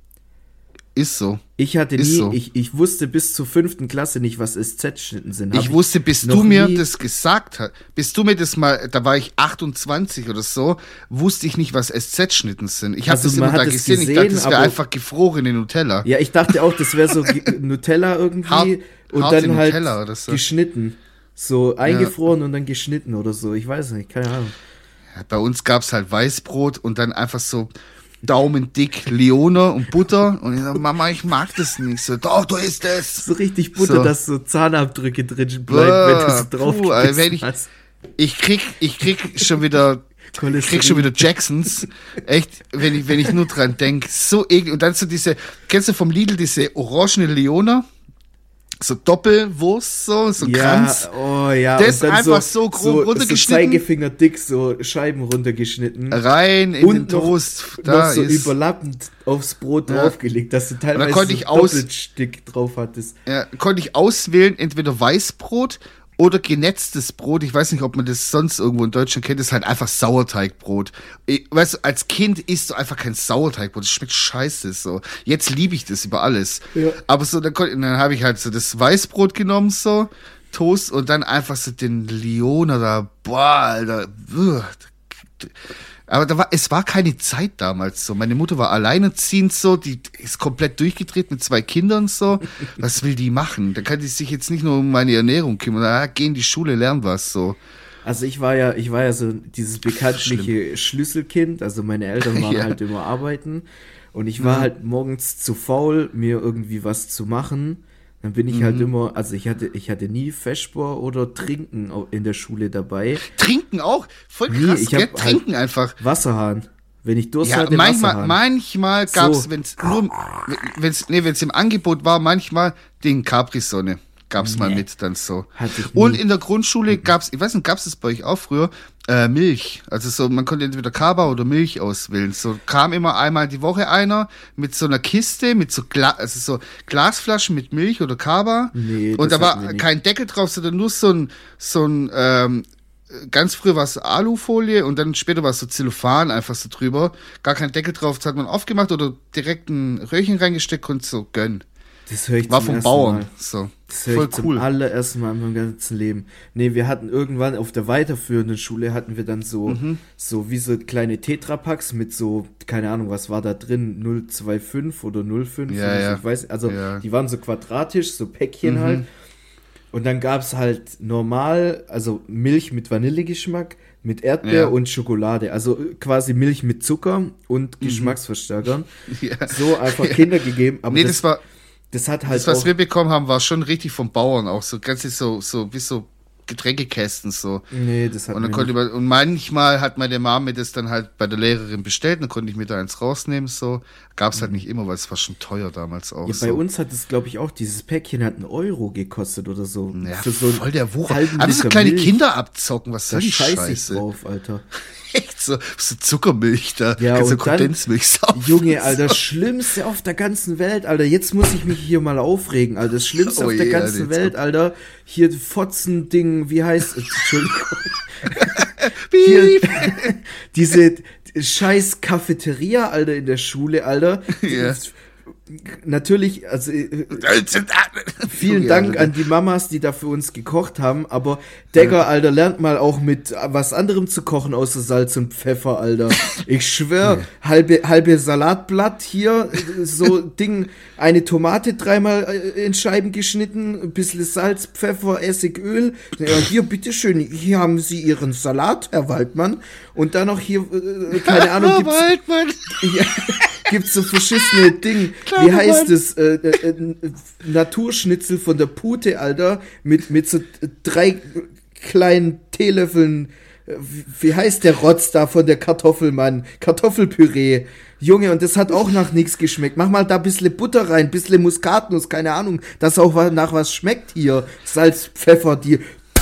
Ist so. Ich hatte Ist nie, so. ich, ich wusste bis zur fünften Klasse nicht, was S Z-Schnitten sind. Hab ich wusste, bis du mir das gesagt hast, bis du mir das mal, da war ich achtundzwanzig oder so, wusste ich nicht, was S Z-Schnitten sind. Ich habe also das immer da gesehen, gesehen, ich dachte, das wäre einfach gefrorene Nutella. Ja, ich dachte auch, das wäre so Nutella irgendwie hart, und hart dann halt oder so. geschnitten. So eingefroren ja. und dann geschnitten oder so. Ich weiß nicht, keine Ahnung. Ja, bei uns gab's halt Weißbrot und dann einfach so daumendick Leone und Butter. Und ich sag, Mama, ich mag das nicht. So, doch, du isst es. So richtig Butter, so. Dass so Zahnabdrücke drin bleiben, wenn du so drauf puh, also wenn ich, hast. Ich krieg, ich krieg schon wieder... Ich krieg schon wieder Jacksons. Echt, wenn ich, wenn ich nur dran denk. So eklig. Und dann so diese, kennst du vom Lidl diese orangene Leone? So Doppelwurst, so, so ja, Kranz. Oh ja, das ist einfach so, so grob so, runtergeschnitten. So Zeigefinger dick, so Scheiben runtergeschnitten. Rein in und den Toast. Noch, da noch so ist, überlappend aufs Brot ja. draufgelegt, dass du teilweise konnte so ich aus, Doppelstück drauf hattest. Ja, konnte ich auswählen, entweder Weißbrot oder genetztes Brot. Ich weiß nicht, ob man das sonst irgendwo in Deutschland kennt. Das ist halt einfach Sauerteigbrot. Ich, weißt du, als Kind isst du einfach kein Sauerteigbrot. Das schmeckt scheiße so. Jetzt liebe ich das über alles. Ja. Aber so, dann, dann habe ich halt so das Weißbrot genommen, so Toast und dann einfach so den Leone da. Boah, Alter. Aber da war, es war keine Zeit damals so. Meine Mutter war alleinerziehend so, die ist komplett durchgedreht mit zwei Kindern so. Was will die machen? Da kann die sich jetzt nicht nur um meine Ernährung kümmern. Ah, geh in die Schule, lern was so. Also ich war ja, ich war ja so dieses bekanntliche Schlimm. Schlüsselkind. Also meine Eltern waren ja. halt immer arbeiten und ich war ja. halt morgens zu faul, mir irgendwie was zu machen. Dann bin ich mhm. halt immer, also ich hatte, ich hatte nie Feschbar oder Trinken in der Schule dabei. Trinken auch? Voll krass, nee, ich hab Trinken halt einfach. Wasserhahn. Wenn ich Durst ja, hatte, manchmal, Wasserhahn. Manchmal gab's, so. wenn's nur, wenn's, nee, wenn's im Angebot war, manchmal den Capri-Sonne. Gab's nee. mal mit, dann so. Und in der Grundschule gab's, ich weiß nicht, gab's das bei euch auch früher, äh, Milch. Also so, man konnte entweder Kaba oder Milch auswählen. So kam immer einmal die Woche einer mit so einer Kiste, mit so, Gla also so Glasflaschen mit Milch oder Kaba. Nee, und da war kein Deckel drauf, sondern nur so ein, so ein, ähm, ganz früh war es Alufolie und dann später war es so Zellophan einfach so drüber. Gar kein Deckel drauf, das hat man aufgemacht oder direkt ein Röhrchen reingesteckt und so gönnen. Das höre ich war zum vom Bauern. Mal. So. Das höre ich cool. zum allerersten Mal in meinem ganzen Leben. Nee, wir hatten irgendwann auf der weiterführenden Schule hatten wir dann so, mhm. so wie so kleine Tetrapacks mit so, keine Ahnung, was war da drin, null Komma fünfundzwanzig oder null Komma fünf. Ja, oder so, ja. ich weiß, also ja. die waren so quadratisch, so Päckchen mhm. halt. Und dann gab's halt normal, also Milch mit Vanillegeschmack, Mit Erdbeer Ja. und Schokolade. Also quasi Milch mit Zucker und Geschmacksverstärkern. Ja. So einfach Kinder gegeben. Aber Nee, das, das war, das hat halt das, was auch... wir bekommen haben, war schon richtig vom Bauern auch. So ganz so, so, wie so Getränkekästen so. Nee, das hat Und dann mir konnte nicht. man, und manchmal hat meine Mama mir das dann halt bei der Lehrerin bestellt, dann konnte ich mir da eins rausnehmen, so. Gab's halt nicht immer, weil es war schon teuer damals auch. Ja, so. bei uns hat es, glaube ich, auch, dieses Päckchen hat einen Euro gekostet oder so. Ja, Für so einen voll der Wucher. halben Aber so Liter kleine Milch. Kinder abzocken, was Da soll die scheiß ich Scheiße? drauf, Alter. Echt so, so Zuckermilch da. Ja, Kannst du und dann- Kondensmilch saufen. Junge, Alter, das Schlimmste auf der ganzen Welt, Alter. Jetzt muss ich mich hier mal aufregen, Alter. Das Schlimmste Oh auf der je, ganzen Alter, jetzt Welt, Alter. Hier Fotzen-Ding, wie heißt es? Entschuldigung. Piep. Hier, diese scheiß Cafeteria, Alter, in der Schule, Alter. Ja. Natürlich, also äh, vielen Ja, Dank Alter. an die Mamas, die da für uns gekocht haben, aber Digga, Alter, lernt mal auch mit was anderem zu kochen außer Salz und Pfeffer, Alter. Ich schwör, halbe, halbe Salatblatt hier, äh, so Ding, eine Tomate dreimal äh, in Scheiben geschnitten, ein bisschen Salz, Pfeffer, Essig, Öl. Ja, hier, bitteschön, hier haben Sie Ihren Salat, Herr Waldmann. Und dann noch hier, äh, keine Ahnung, gibt's, Waldmann. ja, gibt's so verschissene Ding. Kleiner Wie heißt Mann. es? Äh, äh, äh, Naturschnitzel von der Pute, Alter. Mit, mit so drei kleinen Teelöffeln. Äh, Wie wie heißt der Rotz da von der Kartoffelmann? Kartoffelpüree. Junge, und das hat auch nach nichts geschmeckt. Mach mal da ein bisschen Butter rein, ein bisschen Muskatnuss, keine Ahnung, dass auch wa- nach was schmeckt hier. Salz, Pfeffer, die.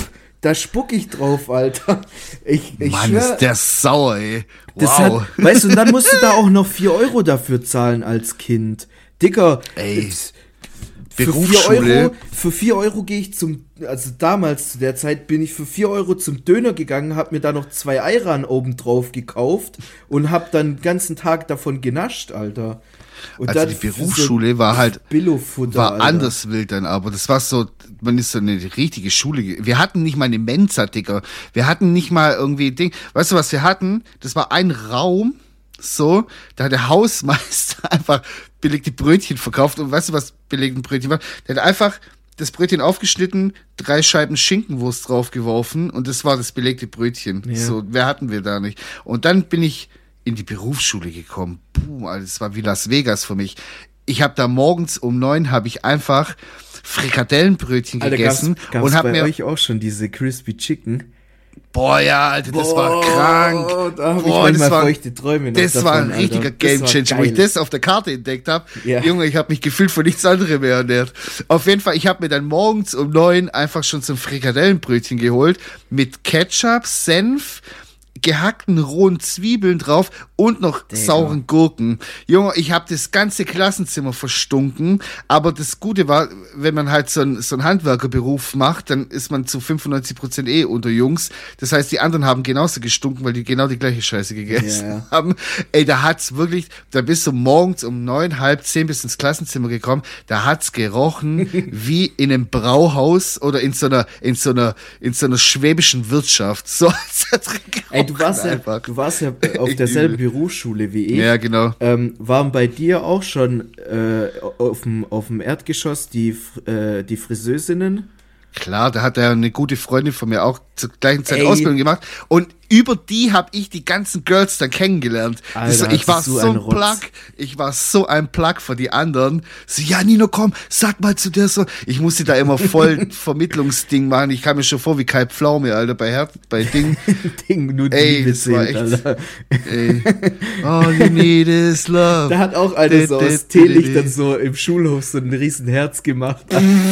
Da spuck ich drauf, Alter. Ich, ich Mann, schwör, ist der sauer, ey. das Wow. hat, weißt du, und dann musst du da auch noch vier Euro dafür zahlen als Kind. Dicker, Ey, jetzt- für vier Berufsschule. Euro, für vier Euro gehe ich zum, also damals zu der Zeit bin ich für vier Euro zum Döner gegangen, hab mir da noch zwei Eiran oben drauf gekauft und hab dann den ganzen Tag davon genascht, Alter. Und Also dann die für Berufsschule war halt, Billo-Futter, war Alter. anders wild dann, aber das war so, man ist so eine richtige Schule. ge- Wir hatten nicht mal eine Mensa, Digga. Wir hatten nicht mal irgendwie Ding. Weißt du, was wir hatten? Das war ein Raum, so, da hat der Hausmeister einfach belegte Brötchen verkauft. Und weißt du, was belegte Brötchen war? Der hat einfach das Brötchen aufgeschnitten, drei Scheiben Schinkenwurst draufgeworfen und das war das belegte Brötchen. Ja. So, wer hatten wir da nicht? Und dann bin ich in die Berufsschule gekommen. Puh, Alter, das war wie Las Vegas für mich. Ich habe da morgens um neun habe ich einfach Frikadellenbrötchen Alter, gegessen gab's, gab's und habe bei mir euch auch schon diese Crispy Chicken? boah ja, Alter, das war krank. Da hab ich Boah, manchmal das war, feuchte Träume noch das davon, war ein Alter. richtiger Das war Gamechanger, wo ich geil. das auf der Karte entdeckt habe. Ja. Junge, ich habe mich gefühlt von nichts anderem mehr ernährt. Auf jeden Fall, ich habe mir dann morgens um neun einfach schon so ein Frikadellenbrötchen geholt mit Ketchup, Senf, gehackten rohen Zwiebeln drauf und noch Digga. sauren Gurken. Junge, ich habe das ganze Klassenzimmer verstunken, aber das Gute war, wenn man halt so einen so einen Handwerkerberuf macht, dann ist man zu fünfundneunzig Prozent eh unter Jungs. Das heißt, die anderen haben genauso gestunken, weil die genau die gleiche Scheiße gegessen Ja, ja. haben. Ey, da hat's wirklich, da bist du morgens um neun, halb zehn bis ins Klassenzimmer gekommen, da hat's gerochen wie in einem Brauhaus oder in so einer, in so einer, in so einer schwäbischen Wirtschaft. So als hat's gerochen. Ey, du warst ja, einfach. du warst ja auf Echt derselben übel. Berufsschule wie ich. Ja, genau. Ähm, waren bei dir auch schon äh, auf dem auf dem Erdgeschoss die F- äh, die Friseusinnen? Klar, da hat er eine gute Freundin von mir auch zur gleichen Zeit Ey. Ausbildung gemacht und über die habe ich die ganzen Girls dann kennengelernt. Alter, das, ich war hast du so so ein einen Rotz. Plug, ich war so ein Plug für die anderen. So, ja Nino, komm, sag mal zu der so. Ich musste da immer voll Vermittlungsding machen. Ich kam mir schon vor wie Kai Pflaume, Alter, bei Her bei Ding. Ding, nur die Ey, Liebe das war zählt, echt- Alter. Ey. All you need is love. Da hat auch einer so aus Teelichtern so im Schulhof so ein riesen Herz gemacht.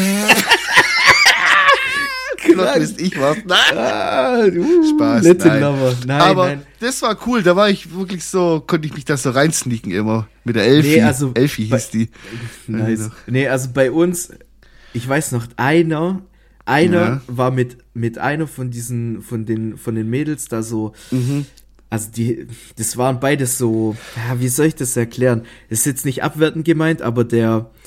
Gott, wisst ich was. Nein. Ah, uh, Spaß, Little nein. Lover. Nein, Aber nein. das war cool, da war ich wirklich so, konnte ich mich da so reinsneaken immer. Mit der Elfi. Nee, also Elfi bei- hieß die. Nice. Nee, also bei uns, ich weiß noch, einer, einer Ja. war mit, mit einer von diesen, von den, von den Mädels da so, Mhm. also die, das waren beides so, ja, wie soll ich das erklären? Das ist jetzt nicht abwertend gemeint, aber der,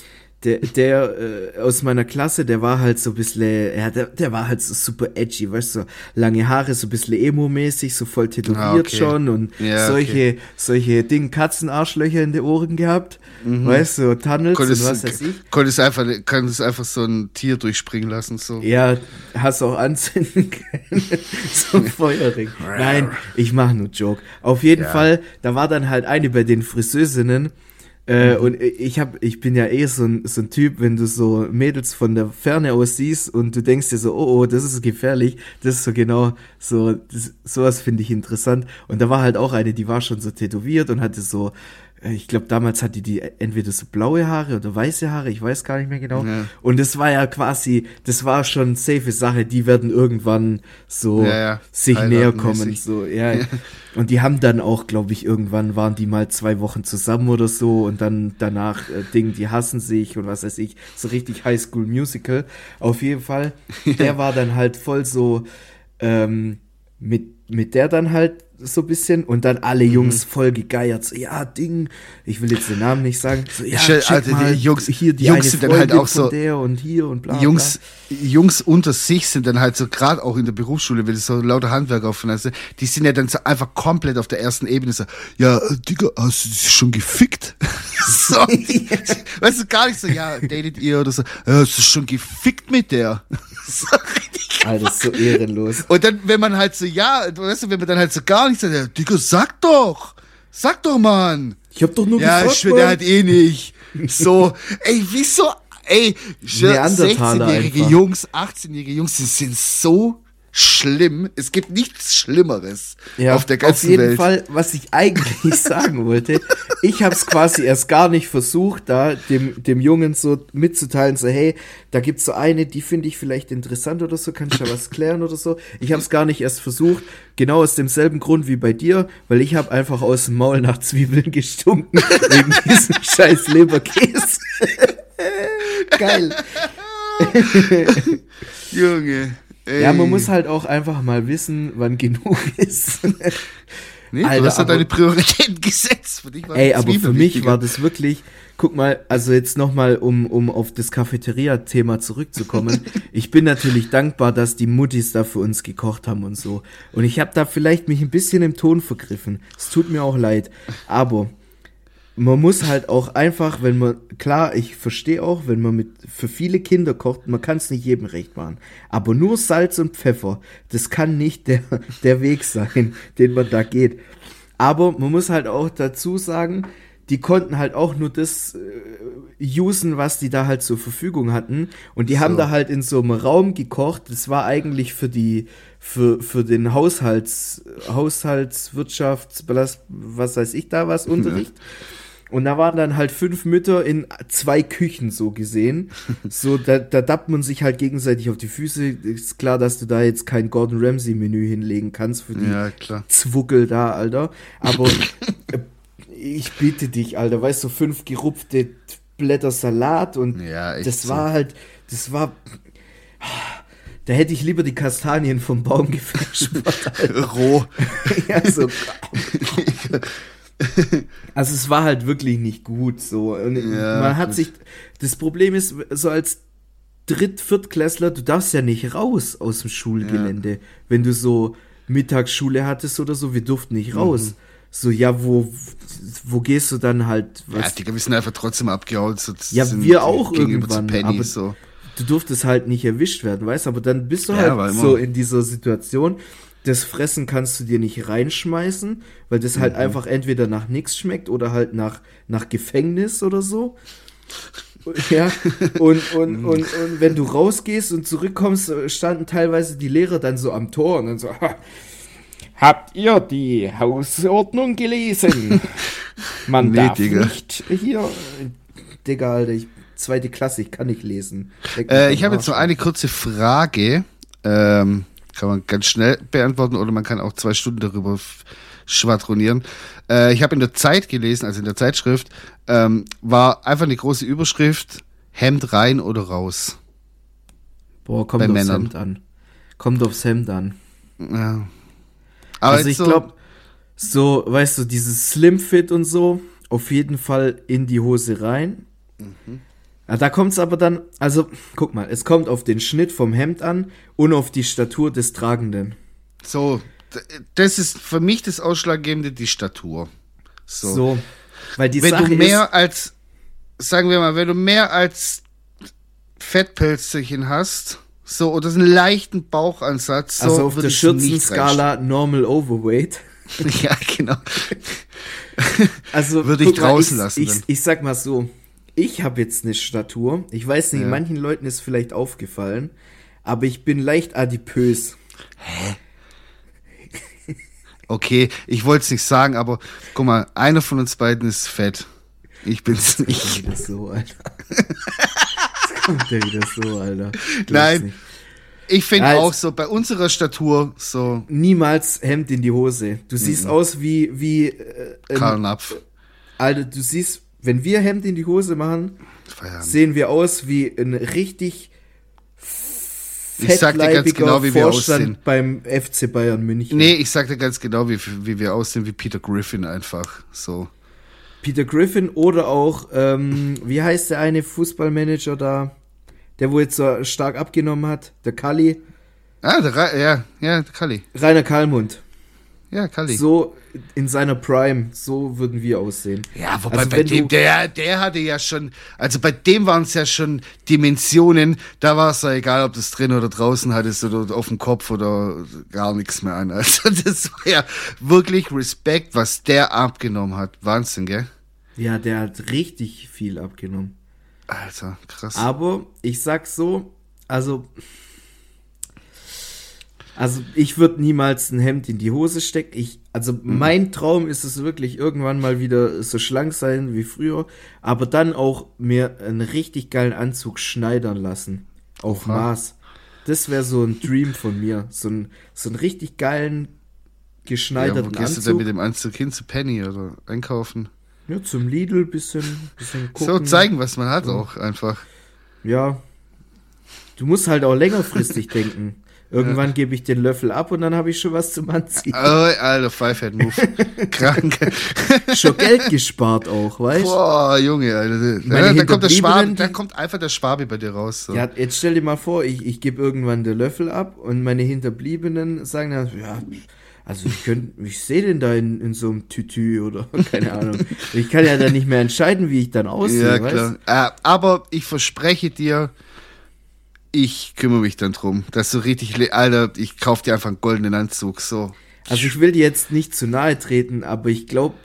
der, der äh, aus meiner Klasse, der war halt so ein bisschen, ja, der, der war halt so super edgy, weißt du, so lange Haare, so ein bisschen emo-mäßig, so voll tätowiert ah, okay. schon und ja, solche, okay. solche Ding Katzenarschlöcher in den Ohren gehabt, mhm. weißt du, Tunnels konntest, und was weiß ich. Konntest einfach, konntest einfach so ein Tier durchspringen lassen, so. Ja, hast auch anzünden können, so ein Feuerring. Nein, ich mache nur Joke. Auf jeden ja. Fall, da war dann halt eine bei den Friseursinnen. Äh, und ich hab, ich bin ja eh so ein, so ein Typ, wenn du so Mädels von der Ferne aus siehst und du denkst dir so, oh, oh, das ist gefährlich, das ist so genau, so, das, sowas finde ich interessant. Und da war halt auch eine, die war schon so tätowiert und hatte so, ich glaube, damals hatte die entweder so blaue Haare oder weiße Haare, ich weiß gar nicht mehr genau. Ja. Und das war ja quasi, das war schon eine safe Sache, die werden irgendwann so ja, ja. sich näher kommen. So, ja. ja. Und die haben dann auch, glaube ich, irgendwann waren die mal zwei Wochen zusammen oder so und dann danach äh, Ding, die hassen sich und was weiß ich, so richtig High School Musical. Auf jeden Fall, der war dann halt voll so ähm, mit, mit der dann halt so ein bisschen und dann alle Jungs mhm. voll gegeiert, so, ja, Ding, ich will jetzt den Namen nicht sagen, so, ja, check Alter, mal, die Jungs, hier die Jungs eine sind dann halt auch so, der und hier und bla, Jungs, bla. Jungs unter sich sind dann halt so, gerade auch in der Berufsschule, wenn du so lauter Handwerker aufeinander, die sind ja dann so einfach komplett auf der ersten Ebene so, ja, Digga, hast du dich schon gefickt? so, weißt du, gar nicht so, ja, datet ihr oder so, ja, hast du schon gefickt mit der? so richtig. Alter, ist so ehrenlos. Und dann, wenn man halt so, ja, weißt du, wenn man dann halt so gar nicht sagt, ja, Digga, sag doch, sag doch, Mann. Ich hab doch nur ja, gefragt, ich schwör, der hat eh nicht. So, ey, wieso, ey, sechzehnjährige Jungs, achtzehnjährige Jungs, die sind so schlimm. Es gibt nichts Schlimmeres ja, auf der ganzen Welt. Auf jeden Welt. Fall, was ich eigentlich sagen wollte, ich habe es quasi erst gar nicht versucht, da dem, dem Jungen so mitzuteilen, so hey, da gibt's so eine, die finde ich vielleicht interessant oder so, kannst du da was klären oder so. Ich habe es gar nicht erst versucht, genau aus demselben Grund wie bei dir, weil ich habe einfach aus dem Maul nach Zwiebeln gestunken, wegen diesem scheiß Leberkäse. Geil. Junge. Ey. Ja, man muss halt auch einfach mal wissen, wann genug ist. Nee, Alter, du hast ja deine Prioritäten gesetzt. Für dich war ey, aber für mich wichtiger. War das wirklich, guck mal, also jetzt nochmal, um, um auf das Cafeteria-Thema zurückzukommen. Ich bin natürlich dankbar, dass die Muttis da für uns gekocht haben und so. Und ich habe da vielleicht mich ein bisschen im Ton vergriffen. Es tut mir auch leid. Aber man muss halt auch einfach, wenn man, klar, ich verstehe auch, wenn man mit für viele Kinder kocht, man kann es nicht jedem recht machen. Aber nur Salz und Pfeffer, das kann nicht der, der Weg sein, den man da geht. Aber man muss halt auch dazu sagen, die konnten halt auch nur das äh, usen, was die da halt zur Verfügung hatten. Und die so. haben da halt in so einem Raum gekocht. Das war eigentlich für die, für, für den Haushalts, Haushaltswirtschafts, was weiß ich da was, Unterricht. Ja. Und da waren dann halt fünf Mütter in zwei Küchen so gesehen. So, da, da dappt man sich halt gegenseitig auf die Füße. Ist klar, dass du da jetzt kein Gordon Ramsay-Menü hinlegen kannst für die ja, klar. Zwuckel da, Alter. Aber ich bitte dich, Alter, weißt du, so fünf gerupfte Blätter Salat und ja, das so. war halt, das war, da hätte ich lieber die Kastanien vom Baum gefälscht. Roh. ja, so. Also es war halt wirklich nicht gut so. Und ja, man hat gut. sich, das Problem ist, so als Dritt-, Viertklässler, du darfst ja nicht raus aus dem Schulgelände. Ja. Wenn du so Mittagsschule hattest oder so, wir durften nicht raus. Mhm. So, ja, wo, wo gehst du dann halt? Was? Ja, Digga, wir sind einfach trotzdem abgehauen. So, ja, wir auch irgendwann, Penny, aber so. Du durftest halt nicht erwischt werden, weißt du, aber dann bist du ja, halt so in dieser Situation, das Fressen kannst du dir nicht reinschmeißen, weil das halt mhm. einfach entweder nach nichts schmeckt oder halt nach, nach Gefängnis oder so. Ja, und, und, und, und wenn du rausgehst und zurückkommst, standen teilweise die Lehrer dann so am Tor und dann so, habt ihr die Hausordnung gelesen? Man nee, darf Digga. nicht hier, Digga, Alter, ich, zweite Klasse, ich kann nicht lesen. Äh, ich habe jetzt noch eine kurze Frage, ähm, kann man ganz schnell beantworten oder man kann auch zwei Stunden darüber f- schwadronieren. Äh, ich habe in der Zeit gelesen, also in der Zeitschrift, ähm, war einfach eine große Überschrift, Hemd rein oder raus. Boah, kommt Bei aufs Männern. Hemd an. Kommt aufs Hemd an. Ja. Aber also ich so glaube, so, weißt du, dieses Slim Fit und so, auf jeden Fall in die Hose rein. Mhm. Ja, da kommt es aber dann, also guck mal, es kommt auf den Schnitt vom Hemd an und auf die Statur des Tragenden. So, d- das ist für mich das Ausschlaggebende, die Statur. So. So, weil die Wenn Sache du mehr ist, als, sagen wir mal, wenn du mehr als Fettpölsterchen hast, so, oder so einen leichten Bauchansatz, so, also auf würde der ich nicht Schürzenskala normal overweight. reinstellen. Ja, genau. Also Würde ich guck mal, draußen ich, lassen Ich, dann. ich sag mal so, ich habe jetzt eine Statur. Ich weiß nicht, Ja. manchen Leuten ist vielleicht aufgefallen, aber ich bin leicht adipös. Okay, ich wollte es nicht sagen, aber guck mal, einer von uns beiden ist fett. Ich bin's Kommt nicht. der wieder so, Alter. Jetzt kommt der wieder so, Alter. Glaub's Nein. nicht. Ich finde Ja, auch jetzt- so, bei unserer Statur, so Niemals Hemd in die Hose. Du siehst aus wie, wie, äh, ein- Karl Napf. Alter, du siehst, wenn wir Hemd in die Hose machen, Feierabend. sehen wir aus wie ein richtig Ich sag dir ganz fettleibiger genau, wie wir Vorstand aussehen. beim F C Bayern München. Nee, ich sag dir ganz genau, wie, wie wir aussehen, wie Peter Griffin einfach. So. Peter Griffin oder auch, ähm, wie heißt der eine Fußballmanager da, der wo jetzt so stark abgenommen hat? Der Kalli. Ah, der Ra ja, ja, der Kalli. Rainer Kalmund. Ja, Kalli. So in seiner Prime, so würden wir aussehen. Ja, wobei Also bei wenn dem, du- der, der hatte ja schon, also bei dem waren es ja schon Dimensionen, da war es ja egal, ob du es drin oder draußen hattest oder auf dem Kopf oder gar nichts mehr an. Also das war ja wirklich Respekt, was der abgenommen hat. Wahnsinn, gell? Ja, der hat richtig viel abgenommen. Alter, krass. Aber ich sag so, also, also ich würde niemals ein Hemd in die Hose stecken. Ich, also mein Traum ist es wirklich, irgendwann mal wieder so schlank sein wie früher, aber dann auch mir einen richtig geilen Anzug schneidern lassen. Auf Oha. Maß. Das wäre so ein Dream von mir. So ein, so einen richtig geilen, Ja, wo geschneiderten gehst du denn Anzug. mit dem Anzug hin zu Penny oder einkaufen? Ja, zum Lidl bisschen, bisschen So gucken. zeigen, was man hat auch einfach. Ja. Du musst halt auch längerfristig denken. Irgendwann gebe ich den Löffel ab und dann habe ich schon was zum Anziehen. Oh, Alter, Five-Head-Move. Krank. Schon Geld gespart auch, weißt du? Boah, Junge, Alter. Meine Da, da kommt der Hinterbliebenen, Schwabe, da die- kommt einfach der Schwabe bei dir raus. So. Ja, jetzt stell dir mal vor, ich, ich gebe irgendwann den Löffel ab und meine Hinterbliebenen sagen dann, ja, also ich könnte, ich sehe den da in, in so einem Tütü oder keine Ahnung. Ich kann ja dann nicht mehr entscheiden, wie ich dann aussehe, Ja, weißt klar. Äh, aber ich verspreche dir, ich kümmere mich dann drum, dass du richtig, le- Alter, ich kauf dir einfach einen goldenen Anzug, so. Also ich will dir jetzt nicht zu nahe treten, aber ich glaube,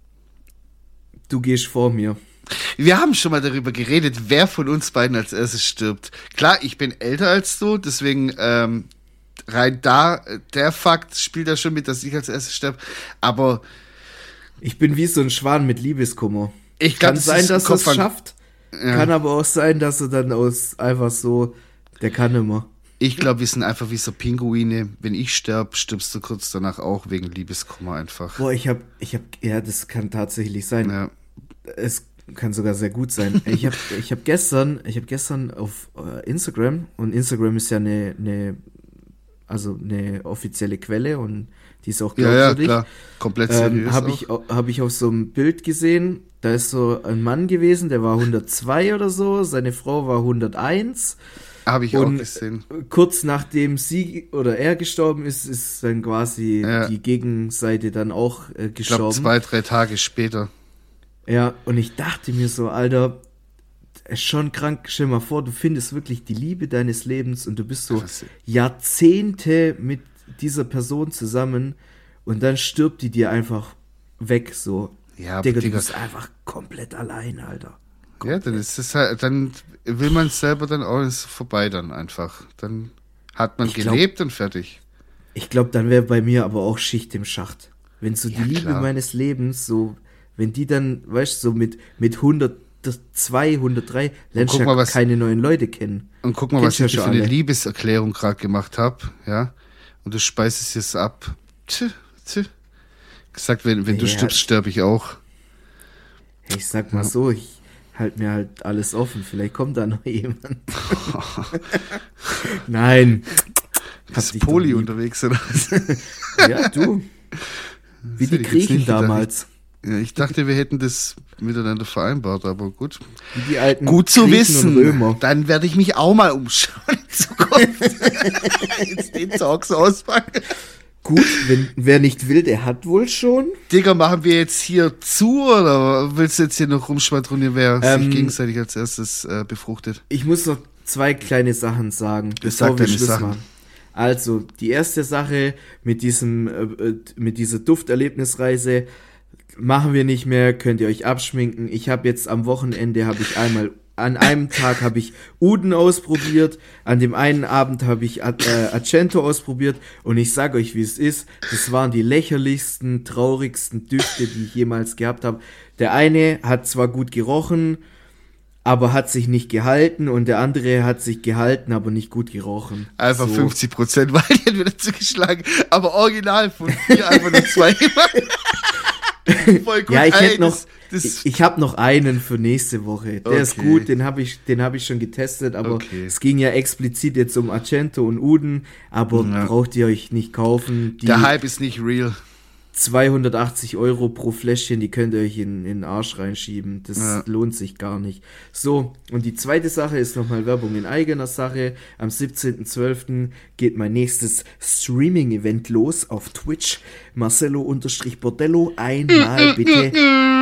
du gehst vor mir. Wir haben schon mal darüber geredet, wer von uns beiden als erstes stirbt. Klar, ich bin älter als du, deswegen ähm, rein da, der Fakt spielt da schon mit, dass ich als erstes sterbe. Aber Ich bin wie so ein Schwan mit Liebeskummer. ich glaube, Kann sein, dass er es schafft. Ja. Kann aber auch sein, dass er dann aus einfach so, der kann immer. Ich glaube, wir sind einfach wie so Pinguine. Wenn ich sterb, stirbst du kurz danach auch wegen Liebeskummer einfach. Boah, ich hab, ich hab, ja, das kann tatsächlich sein. Ja. Es kann sogar sehr gut sein. Ich hab, ich hab gestern, ich hab gestern auf äh, Instagram, und Instagram ist ja eine, eine, also eine offizielle Quelle und die ist auch Ja, ja, glaubwürdig. klar. Komplett seriös Ähm, habe auch. ich, au- hab ich auf so einem Bild gesehen, da ist so ein Mann gewesen, der war hundertzwei oder so, seine Frau war hunderteins. Habe ich auch und gesehen. Kurz nachdem sie oder er gestorben ist, ist dann quasi Ja. die Gegenseite dann auch äh, Ich glaube, gestorben. zwei, drei Tage später. Ja, und ich dachte mir so, Alter, ist schon krank. Stell dir mal vor, du findest wirklich die Liebe deines Lebens und du bist so Was- Jahrzehnte mit dieser Person zusammen und dann stirbt die dir einfach weg, so. Ja, aber Digga, du Digga, bist einfach komplett allein, Alter. ja, dann ist es halt, dann will man es selber dann auch, ist vorbei dann einfach. Dann hat man Ich glaub- gelebt und fertig. Ich glaube, dann wäre bei mir aber auch Schicht im Schacht. Wenn so die Ja, Liebe klar. meines Lebens, so, wenn die dann, weißt du, so mit, mit hundertzwei, hundertdrei, lernst guck du mal, ja was- keine neuen Leute kennen. Und guck mal, Kennst was ich ja dir für schon eine alle. Liebeserklärung gerade gemacht habe, ja? Und du speist es jetzt ab. Tch, tch. Gesagt, wenn, wenn du Ja. stirbst, sterbe ich auch. Hey, ich sag mal so, ich halt mir halt alles offen. Vielleicht kommt da noch jemand. Nein. Hab Bist dich Poli doch lieb. unterwegs oder was? Ja, du. Wie hätte die ich jetzt Griechen nicht gedacht. damals. Ja, ich dachte, wir hätten das miteinander vereinbart, aber gut. Wie die alten Gut zu Griechen und wissen. Römer. Dann werde ich mich auch mal umschauen in Zukunft. Jetzt den Talk so auspacken. Gut, wenn, wer nicht will, der hat wohl schon. Digga, machen wir jetzt hier zu oder willst du jetzt hier noch rumschwadronieren, wer Ähm, sich gegenseitig als erstes äh, befruchtet? Ich muss noch zwei kleine Sachen sagen, Sag bevor wir deine Schluss Sachen. machen. Also, die erste Sache mit diesem, äh, mit dieser Dufterlebnisreise machen wir nicht mehr, könnt ihr euch abschminken. Ich habe jetzt am Wochenende, habe ich einmal, an einem Tag habe ich Uden ausprobiert, an dem einen Abend habe ich äh, Accento ausprobiert und ich sage euch, wie es ist, das waren die lächerlichsten, traurigsten Düfte, die ich jemals gehabt habe. Der eine hat zwar gut gerochen, aber hat sich nicht gehalten und der andere hat sich gehalten, aber nicht gut gerochen. Einfach So. fünfzig Prozent, weil die hat wieder zugeschlagen. Aber original von vier einfach nur zwei. Voll gut. Ja, ich Ey, hätte noch, das, das, ich, ich habe noch einen für nächste Woche. Der Okay. ist gut, den habe ich, den habe ich schon getestet, aber Okay. es ging ja explizit jetzt um Accento und Uden, aber Ja. braucht ihr euch nicht kaufen. Die der Hype ist nicht real. zweihundertachtzig Euro pro Fläschchen, die könnt ihr euch in, in den Arsch reinschieben. Das Ja. lohnt sich gar nicht. So, und die zweite Sache ist nochmal Werbung in eigener Sache. Am siebzehnten zwölften geht mein nächstes Streaming-Event los auf Twitch. Marcelo-Bordello. Einmal bitte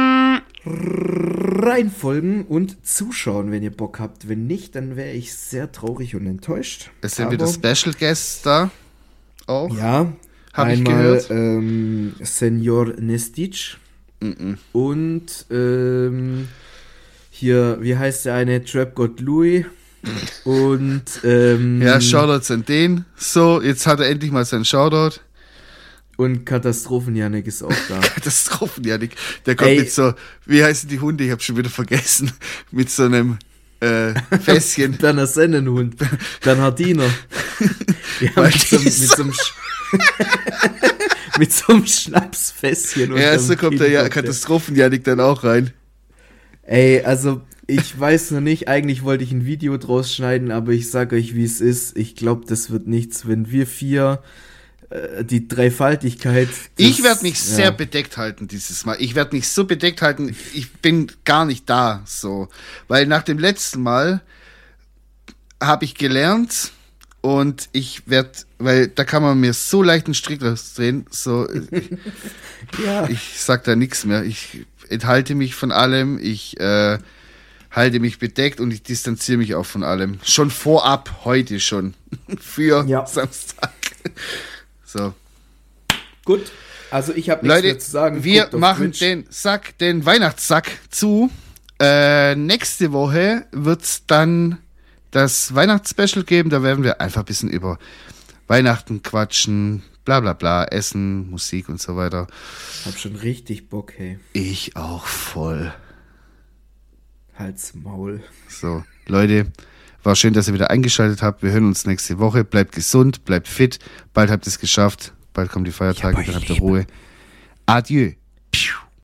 reinfolgen und zuschauen, wenn ihr Bock habt. Wenn nicht, dann wäre ich sehr traurig und enttäuscht. Es sind Aber- wieder Special Guests da. Auch. Ja, Hab ich einmal gehört. ähm, Senior Nestic Mhm. und ähm, hier, wie heißt der eine? Trap God Louis und ähm, Ja, Shoutouts an den. So, jetzt hat er endlich mal seinen Shoutout. und Katastrophen Janik ist auch da. Katastrophen, Janik. Der kommt Ey. mit so, wie heißen die Hunde? Ich habe schon wieder vergessen. Mit so einem äh, Fässchen. Berner Sennenhund, Bernhardiner. Ja, mit so, mit, so einem Sch- mit so einem Schnapsfässchen. Ja, unterm so kommt der ja, Kinn. Katastrophen, Janik dann auch rein. Ey, also ich weiß noch nicht, eigentlich wollte ich ein Video draus schneiden, aber ich sag euch, wie es ist. Ich glaube, das wird nichts, wenn wir vier äh, die Dreifaltigkeit. Ich das- werde mich ja. sehr bedeckt halten dieses Mal. Ich werde mich so bedeckt halten, ich bin gar nicht da, so. Weil nach dem letzten Mal habe ich gelernt und ich werde, weil da kann man mir so leicht einen Strick rausdrehen, so, Ja. ich sag da nichts mehr. Ich enthalte mich von allem, ich äh, halte mich bedeckt und ich distanziere mich auch von allem. Schon vorab, heute schon, für Ja. Samstag. So. Gut. Also ich habe nichts Leute, mehr zu sagen. wir Guckt auf machen Twitch. den Sack, den Weihnachtssack zu. Äh, nächste Woche wird's dann das Weihnachtsspecial geben. Da werden wir einfach ein bisschen über Weihnachten quatschen, bla bla bla, Essen, Musik und so weiter. Hab schon richtig Bock, hey. Ich auch voll. Halt's Maul. So, Leute, war schön, dass ihr wieder eingeschaltet habt. Wir hören uns nächste Woche. Bleibt gesund, bleibt fit. Bald habt ihr es geschafft. Bald kommen die Feiertage, Ich hab dann euch habt ihr lieb. Ruhe. Adieu.